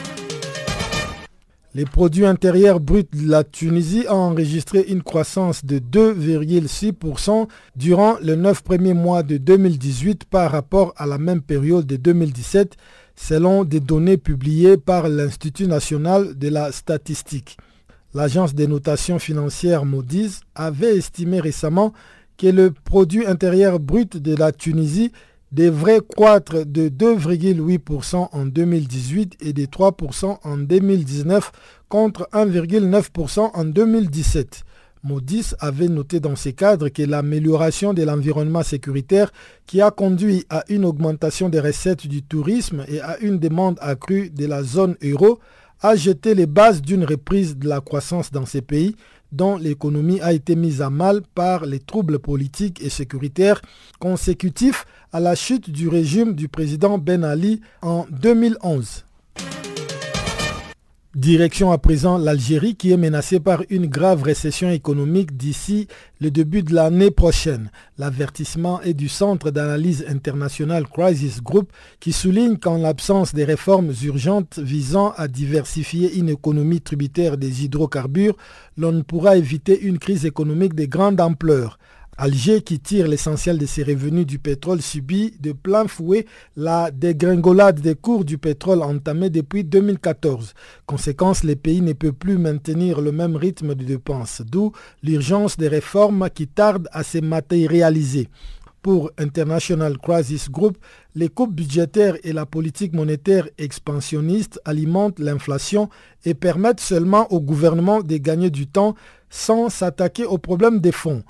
Les produits intérieurs bruts de la Tunisie ont enregistré une croissance de 2,6% durant les 9 premiers mois de 2018 par rapport à la même période de 2017, selon des données publiées par l'Institut national de la statistique. L'agence des notations financières Moody's avait estimé récemment que le produit intérieur brut de la Tunisie devrait croître de 2,8% en 2018 et de 3% en 2019 contre 1,9% en 2017. Moody's avait noté dans ce cadre que l'amélioration de l'environnement sécuritaire qui a conduit à une augmentation des recettes du tourisme et à une demande accrue de la zone euro a jeté les bases d'une reprise de la croissance dans ces pays dont l'économie a été mise à mal par les troubles politiques et sécuritaires consécutifs à la chute du régime du président Ben Ali en 2011. Direction à présent l'Algérie qui est menacée par une grave récession économique d'ici le début de l'année prochaine. L'avertissement est du Centre d'analyse international Crisis Group qui souligne qu'en l'absence des réformes urgentes visant à diversifier une économie tributaire des hydrocarbures, l'on ne pourra éviter une crise économique de grande ampleur. Alger, qui tire l'essentiel de ses revenus du pétrole, subit de plein fouet la dégringolade des cours du pétrole entamée depuis 2014. Conséquence, le pays ne peut plus maintenir le même rythme de dépenses, d'où l'urgence des réformes qui tardent à se matérialiser. Pour International Crisis Group, les coupes budgétaires et la politique monétaire expansionniste alimentent l'inflation et permettent seulement au gouvernement de gagner du temps sans s'attaquer aux problèmes des fonds.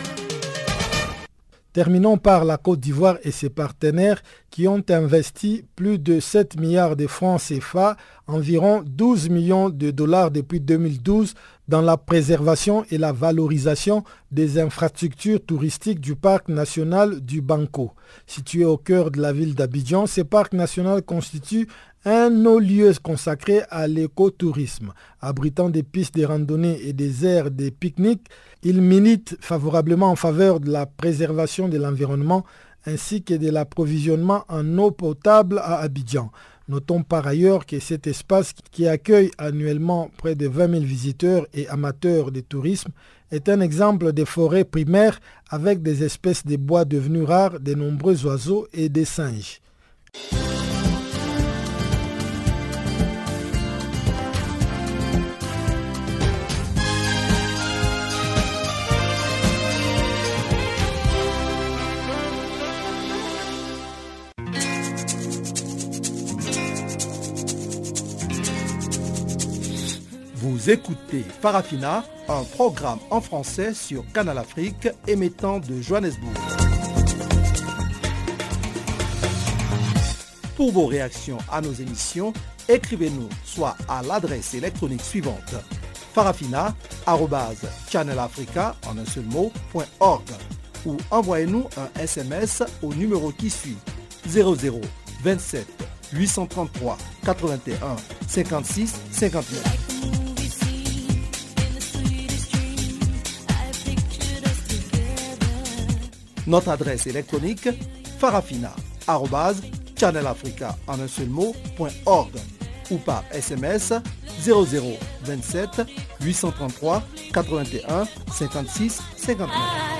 Terminons par la Côte d'Ivoire et ses partenaires qui ont investi plus de 7 milliards de francs CFA, environ 12 millions de dollars depuis 2012, dans la préservation et la valorisation des infrastructures touristiques du parc national du Banco. Situé au cœur de la ville d'Abidjan, ce parc national constitue un haut lieu consacré à l'écotourisme. Abritant des pistes de randonnée et des aires de pique-nique, il milite favorablement en faveur de la préservation de l'environnement ainsi que de l'approvisionnement en eau potable à Abidjan. Notons par ailleurs que cet espace qui accueille annuellement près de 20 000 visiteurs et amateurs de tourisme est un exemple de forêt primaire avec des espèces de bois devenus rares, de nombreux oiseaux et des singes. Vous écoutez Farafina, un programme en français sur Canal Afrique émettant de Johannesburg. Pour vos réactions à nos émissions, écrivez-nous soit à l'adresse électronique suivante farafina@channelafrica en un seul mot.org ou envoyez-nous un SMS au numéro qui suit 00 27 833 81 56 59. Notre adresse électronique farafina@channelafrica en un seul mot.org ou par SMS 0027 833 81 56 59.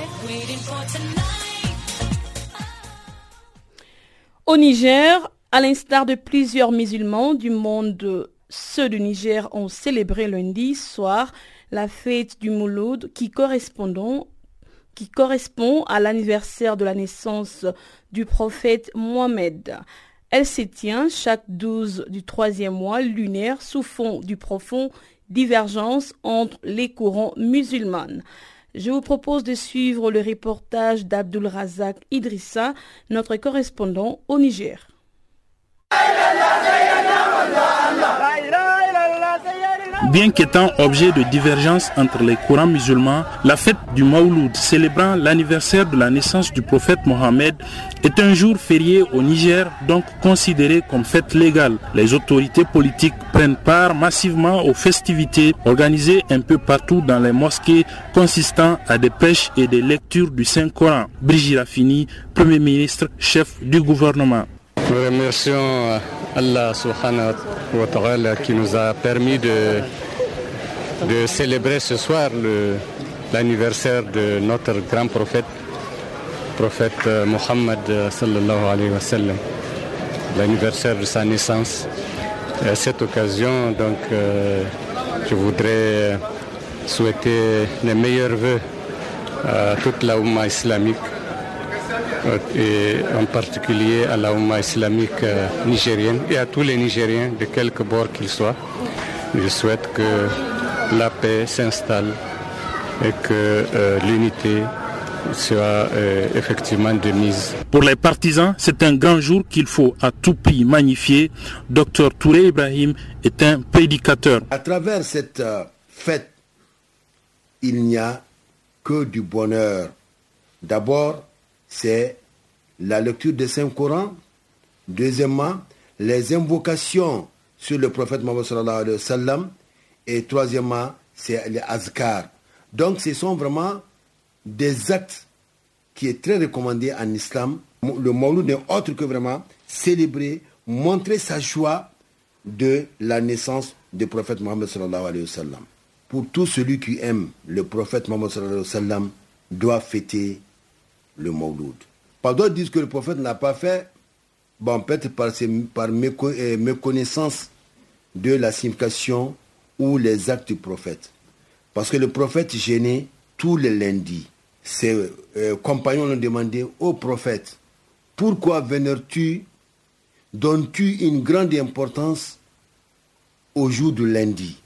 Au Niger, à l'instar de plusieurs musulmans du monde, ceux du Niger ont célébré lundi soir la fête du Mouloud qui correspond à l'anniversaire de la naissance du prophète Mohammed. Elle se tient chaque 12 du 3e mois lunaire sous fond du profond divergence entre les courants musulmans. Je vous propose de suivre le reportage d'Abdul Razak Idrissa, notre correspondant au Niger. Bien qu'étant objet de divergence entre les courants musulmans, la fête du Mawlud, célébrant l'anniversaire de la naissance du prophète Mohammed, est un jour férié au Niger, donc considéré comme fête légale. Les autorités politiques prennent part massivement aux festivités organisées un peu partout dans les mosquées, consistant à des prêches et des lectures du Saint-Coran. Brigitte Raffini, Premier ministre, chef du gouvernement. Nous remercions Allah subhanahu wa ta'ala qui nous a permis de célébrer ce soir l'anniversaire de notre grand prophète Mohammed sallallahu alayhi wa sallam, l'anniversaire de sa naissance. Et à cette occasion, donc, je voudrais souhaiter les meilleurs vœux à toute la Oumma islamique, et en particulier à la Oumma islamique nigérienne et à tous les Nigériens de quelque bord qu'ils soient. Je souhaite que la paix s'installe et que l'unité soit effectivement de mise. Pour les partisans, c'est un grand jour qu'il faut à tout prix magnifier. Dr Touré Ibrahim est un prédicateur. À travers cette fête, il n'y a que du bonheur. D'abord, c'est la lecture du Saint-Coran. Deuxièmement, les invocations sur le prophète Mohammed sallallahu alayhi wa sallam. Et troisièmement, c'est les azkar. Donc, ce sont vraiment des actes qui est très recommandé en islam. Le Mawlud n'est autre que vraiment célébrer, montrer sa joie de la naissance du prophète Mohammed sallallahu alayhi wa sallam. Pour tout celui qui aime le prophète Mohammed sallallahu alayhi wa sallam, doit fêter le Mawlud. Par d'autres disent que le prophète n'a pas fait, bon, peut-être par méconnaissance de la signification ou les actes du prophète. Parce que le prophète jeûnait tous les lundis. Ses compagnons l'ont demandé au prophète, pourquoi vénères-tu, donnes-tu une grande importance au jour du lundi?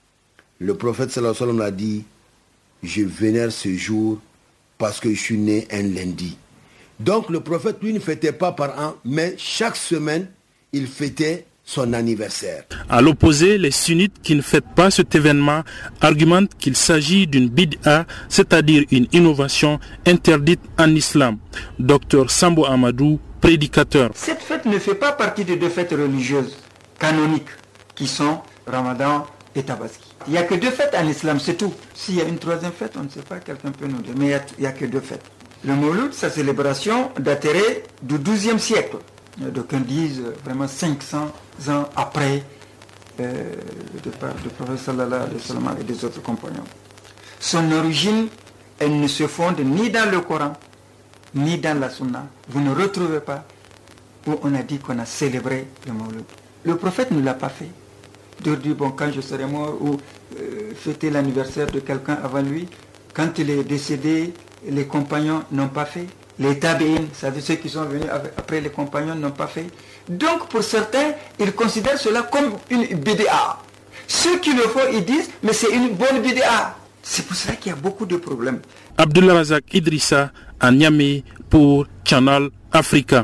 Le prophète sallallahu alayhi wa sallam a dit, je vénère ce jour parce que je suis né un lundi. Donc le prophète, lui, ne fêtait pas par an, mais chaque semaine, il fêtait son anniversaire. À l'opposé, les sunnites qui ne fêtent pas cet événement argumentent qu'il s'agit d'une bid'a, c'est-à-dire une innovation interdite en islam. Dr Sambo Amadou, prédicateur. Cette fête ne fait pas partie des deux fêtes religieuses canoniques qui sont Ramadan et Tabaski. Il n'y a que deux fêtes en islam, c'est tout. S'il y a une troisième fête, on ne sait pas, quelqu'un peut nous dire, mais il n'y a que deux fêtes. Le Mawlud, sa célébration daterait du XIIe siècle. D'aucuns disent vraiment 500 ans après le départ du prophète sallallahu alayhi wa sallam et des autres compagnons. Son origine, elle ne se fonde ni dans le Coran, ni dans la Sunna. Vous ne retrouvez pas où on a dit qu'on a célébré le Mawlud. Le prophète ne l'a pas fait. De dire, bon, quand je serai mort, ou fêter l'anniversaire de quelqu'un avant lui, quand il est décédé, les compagnons n'ont pas fait. Les tabi'in, c'est-à-dire ceux qui sont venus après les compagnons, n'ont pas fait. Donc pour certains, ils considèrent cela comme une bid'a. Ceux qui le font, ils disent, mais c'est une bonne bid'a. C'est pour cela qu'il y a beaucoup de problèmes. Abdullah Razak Idrissa, à Niamey, pour Channel Africa.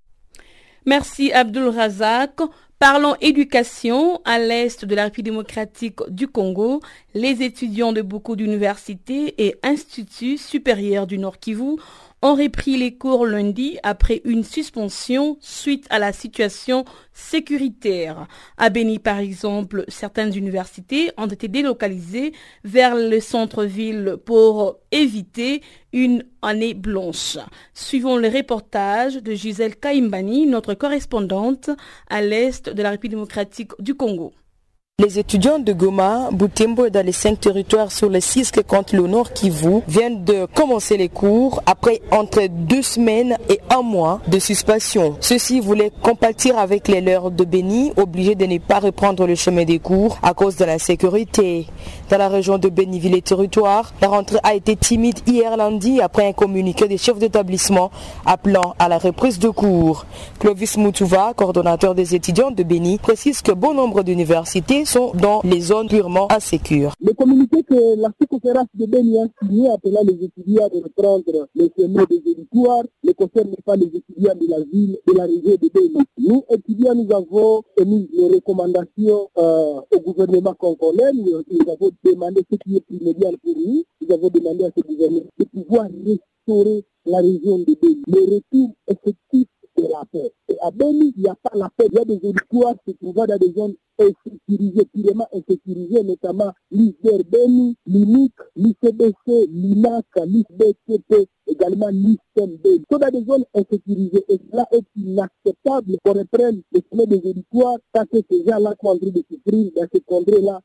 Merci Abdul Razak. Parlons éducation. À l'est de la République démocratique du Congo, les étudiants de beaucoup d'universités et instituts supérieurs du Nord Kivu ont repris les cours lundi après une suspension suite à la situation sécuritaire. À Beni, par exemple, certaines universités ont été délocalisées vers le centre-ville pour éviter une année blanche. Suivons le reportage de Gisèle Kaimbani, notre correspondante à l'est de la République démocratique du Congo. Les étudiants de Goma, Butembo et dans les 5 territoires sur les 6 que compte le Nord Kivu viennent de commencer les cours après entre 2 semaines et 1 mois de suspension. Ceux-ci voulaient compatir avec les leurs de Beni, obligés de ne pas reprendre le chemin des cours à cause de l'insécurité. Dans la région de Béniville et territoire, la rentrée a été timide hier lundi après un communiqué des chefs d'établissement appelant à la reprise de cours. Clovis Moutouva, coordonnateur des étudiants de Beni, précise que bon nombre d'universités réfugiés sont dans les zones purement insécures. Le communiqué que la sous-conférence de Béni a signé appelant les étudiants de reprendre le chemin des territoires ne concerne pas les étudiants de la ville, de la région de Béni. Nous, étudiants, nous avons émis les recommandations au gouvernement congolais. Nous avons demandé ce qui est primordial pour nous. Nous avons demandé à ce gouvernement de pouvoir restaurer la région de Béni. Le retour effectif de la paix. Et à Béni, il n'y a pas la paix. Il y a des territoires se trouvant dans des zones insécurisées, purement insécurisées, notamment l'ISDER Béni, l'INIC, l'ICBC, l'INAC, l'ISBCP, également l'ISTEM Béni. Ce sont dans des zones insécurisées et cela est inacceptable qu'on reprenne le chemin des territoires parce que ces gens-là sont en train de souffrir dans ces contrées-là.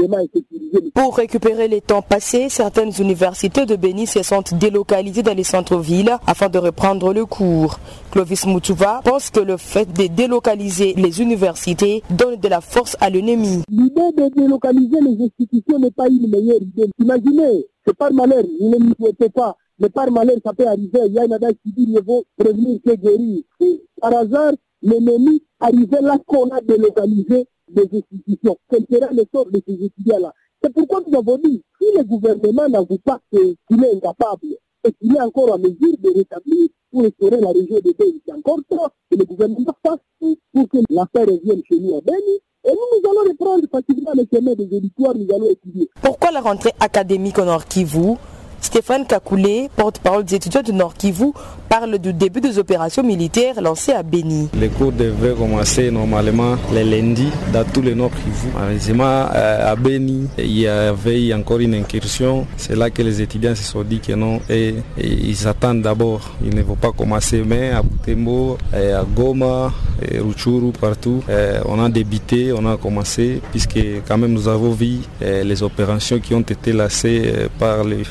Pour récupérer les temps passés, certaines universités de Béni se sont délocalisées dans les centres-villes afin de reprendre le cours. Clovis Moutouva pense que le fait de délocaliser les universités donne de la force à l'ennemi. L'idée de délocaliser les institutions n'est pas une meilleure idée. Imaginez, c'est par malheur, vous ne le souhaitez pas, mais par malheur ça peut arriver. Il y a une adage qui dit il vaut prévenir que guérir. Si par hasard l'ennemi arrivait là qu'on a délocalisé des institutions, quel sera le sort de ces étudiants-là? C'est pourquoi nous avons dit, si le gouvernement n'avoue pas qu'il est incapable et qu'il est encore en mesure de rétablir ou restaurer la région de Béni, c'est encore trop, que le gouvernement fasse tout pour que l'affaire revienne chez nous à Béni. Et nous allons reprendre facilement le chemin des éditoires, nous allons étudier. Pourquoi la rentrée académique au Nord Kivu? Stéphane Kakoulé, porte-parole des étudiants du Nord Kivu, parle du début des opérations militaires lancées à Béni. Les cours devraient commencer normalement les lundis dans tout le Nord Kivu. Malheureusement, à Béni, il y avait encore une incursion. C'est là que les étudiants se sont dit que non. Et ils attendent d'abord. Ils ne vont pas commencer. Mais à Butembo, à Goma, à Rutshuru, partout, on a débuté, on a commencé. Puisque quand même nous avons vu les opérations qui ont été lancées par les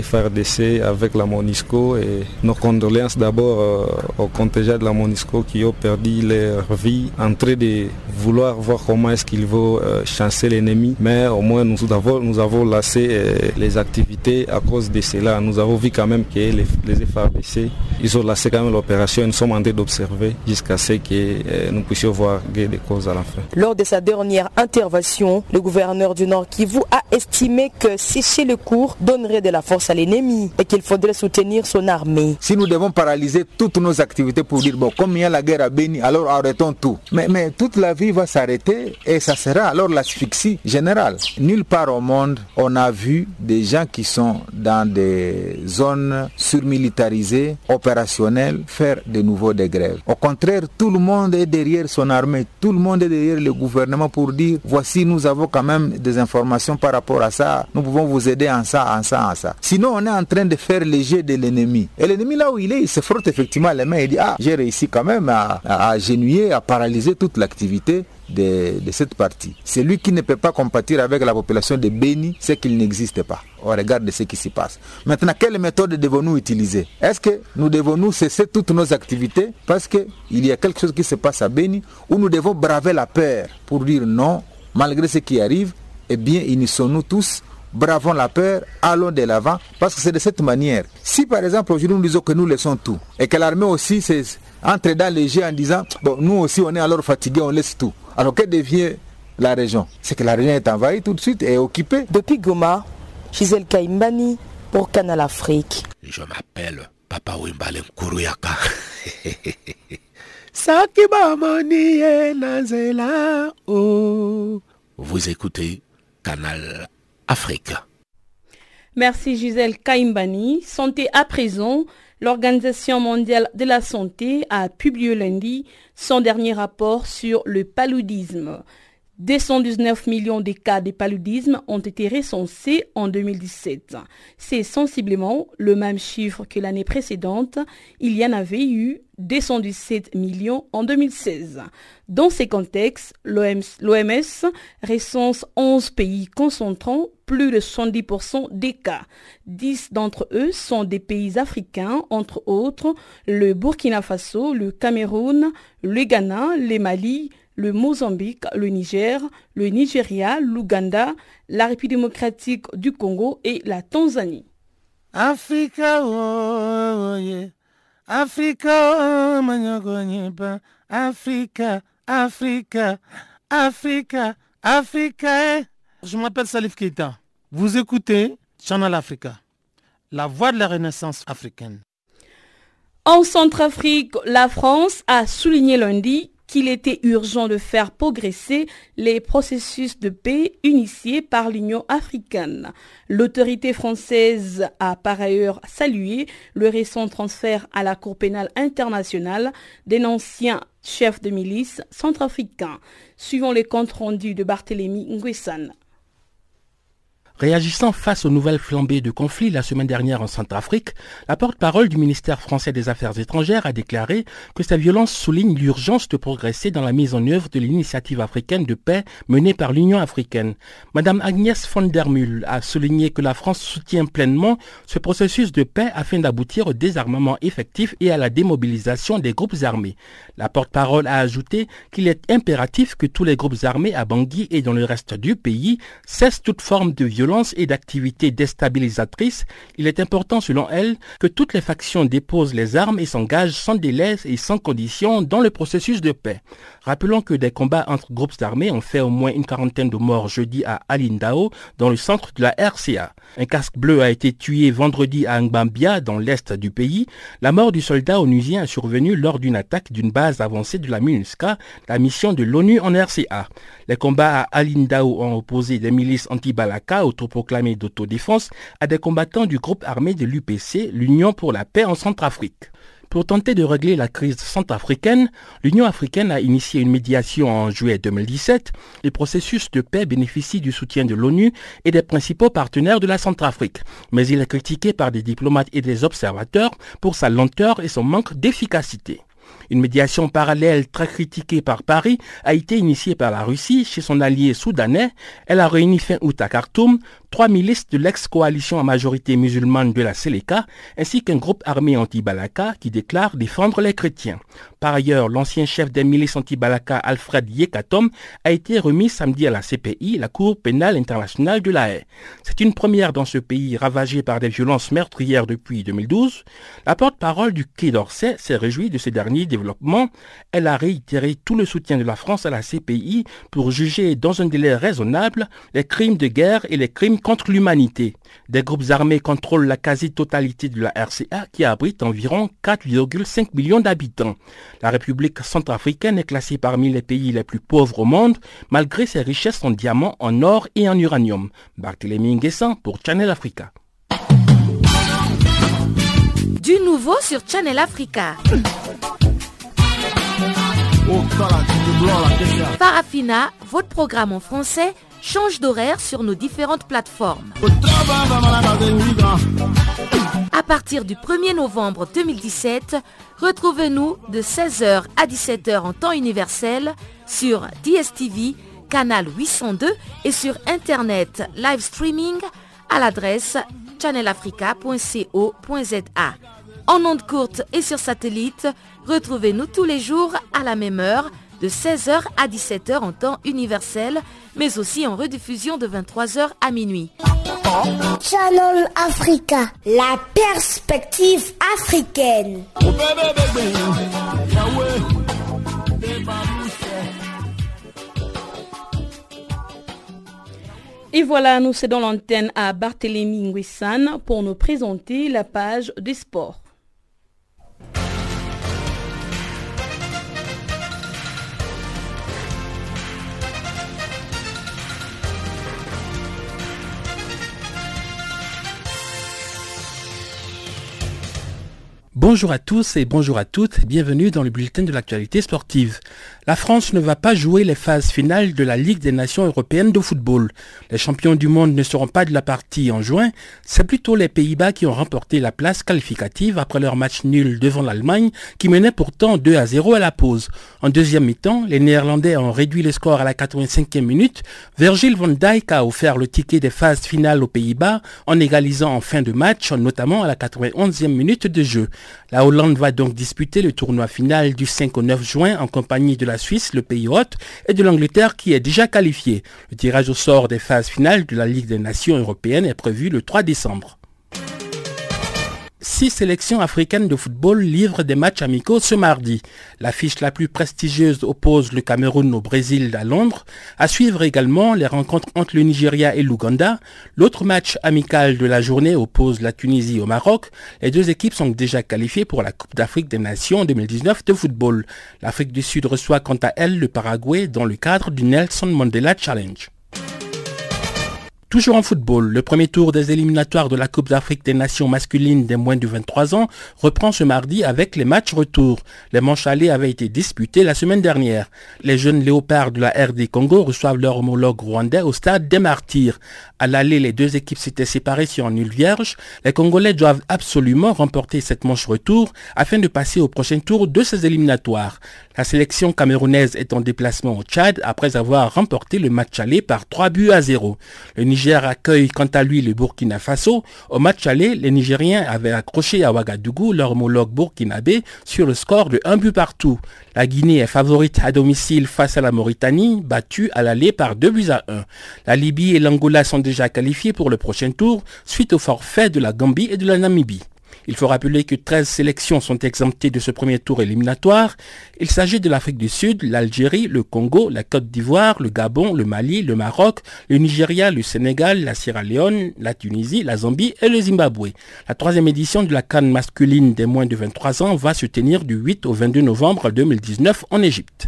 FARDC avec la MONUSCO. Et nos condoléances d'abord au contingent de la MONUSCO qui ont perdu leur vie en train de vouloir voir comment est-ce qu'ils vont chasser l'ennemi. Mais au moins nous avons lassé les activités à cause de cela. Nous avons vu quand même que les FARDC, ils ont lassé quand même l'opération. Nous sommes en train d'observer jusqu'à ce que nous puissions voir des causes à la fin. Lors de sa dernière intervention, le gouverneur du Nord Kivu a estimé que sécher le cours donnerait de la force à l'ennemi et qu'il faudrait soutenir son armée. Si nous devons paralyser toutes nos activités pour dire bon, comme il y a la guerre à Béni, alors arrêtons tout. Mais toute la vie va s'arrêter et ça sera alors l'asphyxie générale. Nulle part au monde on a vu des gens qui sont dans des zones surmilitarisées, opérationnelles, faire de nouveau des grèves. Au contraire, tout le monde est derrière son armée, tout le monde est derrière le gouvernement pour dire voici nous avons quand même des informations par rapport à ça, nous pouvons vous aider en ça, en ça, en ça. Sinon on est en train de faire le jeu de l'ennemi. Et l'ennemi là où il se frotte effectivement les mains et dit j'ai réussi quand même à agenouiller, à paralyser toute l'activité de cette partie. Celui qui ne peut pas compatir avec la population de Béni, c'est qu'il n'existe pas. On regarde ce qui s'y passe. Maintenant, quelle méthode devons-nous utiliser? Est-ce que nous devons cesser toutes nos activités parce qu'il y a quelque chose qui se passe à Béni, ou nous devons braver la peur pour dire non, malgré ce qui arrive, eh bien, unissons-nous tous, bravons la peur, allons de l'avant, parce que c'est de cette manière. Si par exemple aujourd'hui nous disons que nous laissons tout, et que l'armée aussi entre dans les jeux en disant, bon, nous aussi on est alors fatigués, on laisse tout. Alors que devient la région? C'est que la région est envahie tout de suite et occupée. Depuis Goma, Gisèle Kaimbani pour Canal Afrique. Je m'appelle Papa Wimbale Nkuruyaka. Vous écoutez Canal Afrique. Merci Gisèle Kaimbani. Santé à présent. L'Organisation mondiale de la santé a publié lundi son dernier rapport sur le paludisme. 219 millions de cas de paludisme ont été recensés en 2017. C'est sensiblement le même chiffre que l'année précédente. Il y en avait eu 217 millions en 2016. Dans ces contextes, l'OMS recense 11 pays concentrant plus de 70% des cas. 10 d'entre eux sont des pays africains, entre autres le Burkina Faso, le Cameroun, le Ghana, le Mali, le Mozambique, le Niger, le Nigeria, l'Ouganda, la République démocratique du Congo et la Tanzanie. Africa, oh, yeah. Africa, oh, Africa, Africa, Africa, Africa. Je m'appelle Salif Keita. Vous écoutez Channel Africa, la voix de la renaissance africaine. En Centrafrique, la France a souligné lundi qu'il était urgent de faire progresser les processus de paix initiés par l'Union africaine. L'autorité française a par ailleurs salué le récent transfert à la Cour pénale internationale d'un ancien chef de milice centrafricain, suivant les comptes rendus de Barthélémy Nguessan. Réagissant face aux nouvelles flambées de conflits la semaine dernière en Centrafrique, la porte-parole du ministère français des Affaires étrangères a déclaré que ces violences soulignent l'urgence de progresser dans la mise en œuvre de l'initiative africaine de paix menée par l'Union africaine. Madame Agnès von der Mühl a souligné que la France soutient pleinement ce processus de paix afin d'aboutir au désarmement effectif et à la démobilisation des groupes armés. La porte-parole a ajouté qu'il est impératif que tous les groupes armés à Bangui et dans le reste du pays cessent toute forme de violence et d'activités déstabilisatrices. Il est important, selon elle, que toutes les factions déposent les armes et s'engagent sans délai et sans condition dans le processus de paix. Rappelons que des combats entre groupes armés ont fait au moins une quarantaine de morts jeudi à Alindao, dans le centre de la RCA. Un casque bleu a été tué vendredi à Ngbambia, dans l'est du pays. La mort du soldat onusien est survenue lors d'une attaque d'une base avancée de la MINUSCA, la mission de l'ONU en RCA. Les combats à Alindao ont opposé des milices anti-Balaka, autoproclamées d'autodéfense, à des combattants du groupe armé de l'UPC, l'Union pour la paix en Centrafrique. Pour tenter de régler la crise centrafricaine, l'Union africaine a initié une médiation en juillet 2017. Le processus de paix bénéficie du soutien de l'ONU et des principaux partenaires de la Centrafrique. Mais il est critiqué par des diplomates et des observateurs pour sa lenteur et son manque d'efficacité. Une médiation parallèle très critiquée par Paris a été initiée par la Russie chez son allié soudanais. Elle a réuni fin août à Khartoum 3 milices de l'ex-coalition à majorité musulmane de la Seleka, ainsi qu'un groupe armé anti-Balaka qui déclare défendre les chrétiens. Par ailleurs, l'ancien chef des milices anti-Balaka, Alfred Yekatom, a été remis samedi à la CPI, la Cour pénale internationale de La Haye. C'est une première dans ce pays ravagé par des violences meurtrières depuis 2012. La porte-parole du Quai d'Orsay s'est réjouie de ces derniers développements. Elle a réitéré tout le soutien de la France à la CPI pour juger dans un délai raisonnable les crimes de guerre et les crimes contre l'humanité. Des groupes armés contrôlent la quasi-totalité de la RCA qui abrite environ 4,5 millions d'habitants. La République centrafricaine est classée parmi les pays les plus pauvres au monde, malgré ses richesses en diamants, en or et en uranium. Barthélémy Nguessan pour Channel Africa. Du nouveau sur Channel Africa. Farafina, votre programme en français, change d'horaire sur nos différentes plateformes. À partir du 1er novembre 2017, retrouvez-nous de 16h à 17h en temps universel sur DSTV, canal 802 et sur Internet live streaming à l'adresse channelafrica.co.za. En ondes courtes et sur satellite, retrouvez-nous tous les jours à la même heure, de 16h à 17h en temps universel, mais aussi en rediffusion de 23h à minuit. Channel Africa, la perspective africaine. Et voilà, nous cédons l'antenne à Barthélémy Nguessan pour nous présenter la page des sports. Bonjour à tous et bonjour à toutes, bienvenue dans le bulletin de l'actualité sportive. La France ne va pas jouer les phases finales de la Ligue des Nations européennes de football. Les champions du monde ne seront pas de la partie en juin, c'est plutôt les Pays-Bas qui ont remporté la place qualificative après leur match nul devant l'Allemagne qui menait pourtant 2-0 à la pause. En deuxième mi-temps, les Néerlandais ont réduit le score à la 85e minute. Virgil van Dijk a offert le ticket des phases finales aux Pays-Bas en égalisant en fin de match, notamment à la 91e minute de jeu. La Hollande va donc disputer le tournoi final du 5 au 9 juin en compagnie de la Suisse, le pays hôte, et de l'Angleterre qui est déjà qualifié. Le tirage au sort des phases finales de la Ligue des Nations européennes est prévu le 3 décembre. 6 sélections africaines de football livrent des matchs amicaux ce mardi. L'affiche la plus prestigieuse oppose le Cameroun au Brésil à Londres. À suivre également les rencontres entre le Nigeria et l'Ouganda. L'autre match amical de la journée oppose la Tunisie au Maroc. Les deux équipes sont déjà qualifiées pour la Coupe d'Afrique des Nations 2019 de football. L'Afrique du Sud reçoit quant à elle le Paraguay dans le cadre du Nelson Mandela Challenge. Toujours en football, le premier tour des éliminatoires de la Coupe d'Afrique des Nations masculines des moins de 23 ans reprend ce mardi avec les matchs retour. Les manches allées avaient été disputées la semaine dernière. Les jeunes léopards de la RD Congo reçoivent leur homologue rwandais au stade des Martyrs. À l'aller, les deux équipes s'étaient séparées sur un nul vierge. Les Congolais doivent absolument remporter cette manche retour afin de passer au prochain tour de ces éliminatoires. La sélection camerounaise est en déplacement au Tchad après avoir remporté le match aller par 3-0. Le Niger accueille quant à lui le Burkina Faso. Au match aller, les Nigériens avaient accroché à Ouagadougou leur homologue burkinabé sur le score de 1-1. La Guinée est favorite à domicile face à la Mauritanie, battue à l'aller par 2-1. La Libye et l'Angola sont déjà qualifiés pour le prochain tour suite au forfait de la Gambie et de la Namibie. Il faut rappeler que 13 sélections sont exemptées de ce premier tour éliminatoire. Il s'agit de l'Afrique du Sud, l'Algérie, le Congo, la Côte d'Ivoire, le Gabon, le Mali, le Maroc, le Nigeria, le Sénégal, la Sierra Leone, la Tunisie, la Zambie et le Zimbabwe. La 3e édition de la CAN masculine des moins de 23 ans va se tenir du 8 au 22 novembre 2019 en Égypte.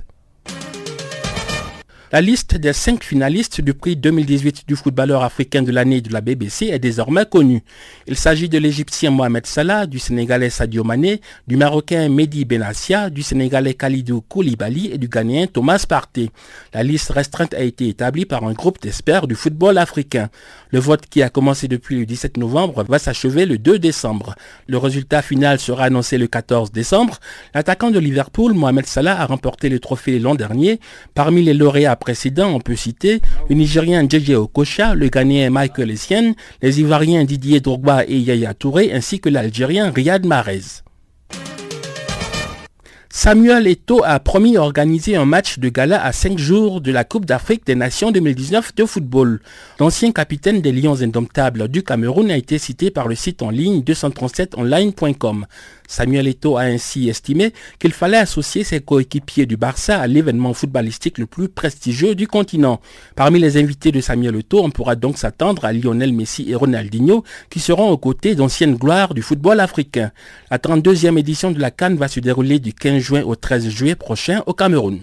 La liste des 5 finalistes du prix 2018 du footballeur africain de l'année de la BBC est désormais connue. Il s'agit de l'Égyptien Mohamed Salah, du Sénégalais Sadio Mané, du Marocain Mehdi Benassia, du Sénégalais Khalidou Koulibaly et du Ghanéen Thomas Partey. La liste restreinte a été établie par un groupe d'experts du football africain. Le vote qui a commencé depuis le 17 novembre va s'achever le 2 décembre. Le résultat final sera annoncé le 14 décembre. L'attaquant de Liverpool, Mohamed Salah, a remporté le trophée l'an dernier. Parmi les lauréats précédents, on peut citer le Nigérien JJ Okocha, le Ghanéen Michael Essien, les Ivoiriens Didier Drogba et Yaya Touré, ainsi que l'Algérien Riyad Mahrez. Samuel Eto'o a promis d'organiser un match de gala à 5 jours de la Coupe d'Afrique des Nations 2019 de football. L'ancien capitaine des Lions indomptables du Cameroun a été cité par le site en ligne 237online.com. Samuel Eto'o a ainsi estimé qu'il fallait associer ses coéquipiers du Barça à l'événement footballistique le plus prestigieux du continent. Parmi les invités de Samuel Eto'o, on pourra donc s'attendre à Lionel Messi et Ronaldinho qui seront aux côtés d'anciennes gloires du football africain. La 32e édition de la CAN va se dérouler du 15 juin au 13 juillet prochain au Cameroun.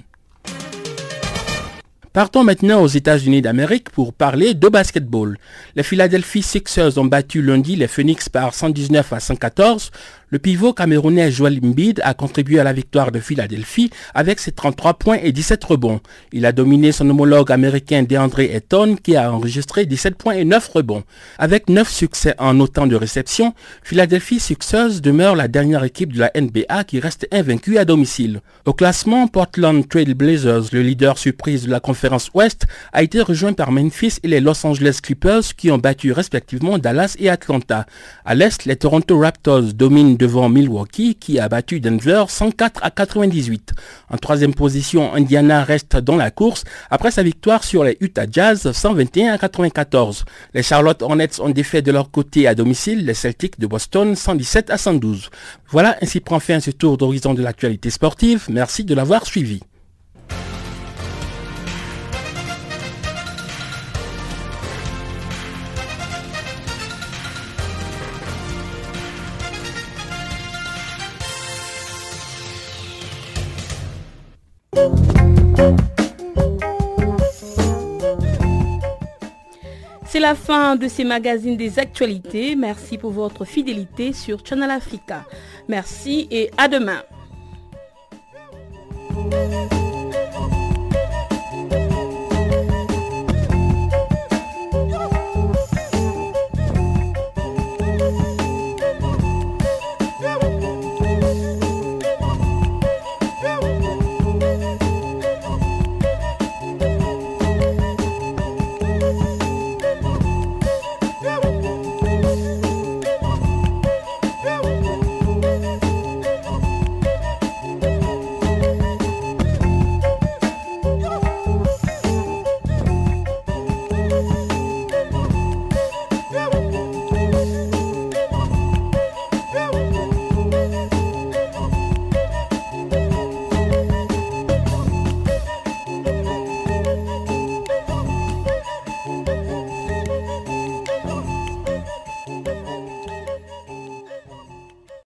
Partons maintenant aux États-Unis d'Amérique pour parler de basketball. Les Philadelphia Sixers ont battu lundi les Phoenix par 119-114. Le pivot camerounais Joel Embiid a contribué à la victoire de Philadelphie avec ses 33 points et 17 rebonds. Il a dominé son homologue américain DeAndre Ayton qui a enregistré 17 points et 9 rebonds. Avec 9 succès en autant de réceptions, Philadelphia Sixers demeure la dernière équipe de la NBA qui reste invaincue à domicile. Au classement, Portland Trail Blazers, le leader surprise de la conférence Ouest, a été rejoint par Memphis et les Los Angeles Clippers qui ont battu respectivement Dallas et Atlanta. À l'Est, les Toronto Raptors dominent devant Milwaukee qui a battu Denver 104-98. En 3e position, Indiana reste dans la course après sa victoire sur les Utah Jazz 121-94. Les Charlotte Hornets ont défait de leur côté à domicile les Celtics de Boston 117-112. Voilà, ainsi prend fin ce tour d'horizon de l'actualité sportive. Merci de l'avoir suivi. C'est la fin de ces magazines des actualités. Merci pour votre fidélité sur Channel Africa. Merci et à demain.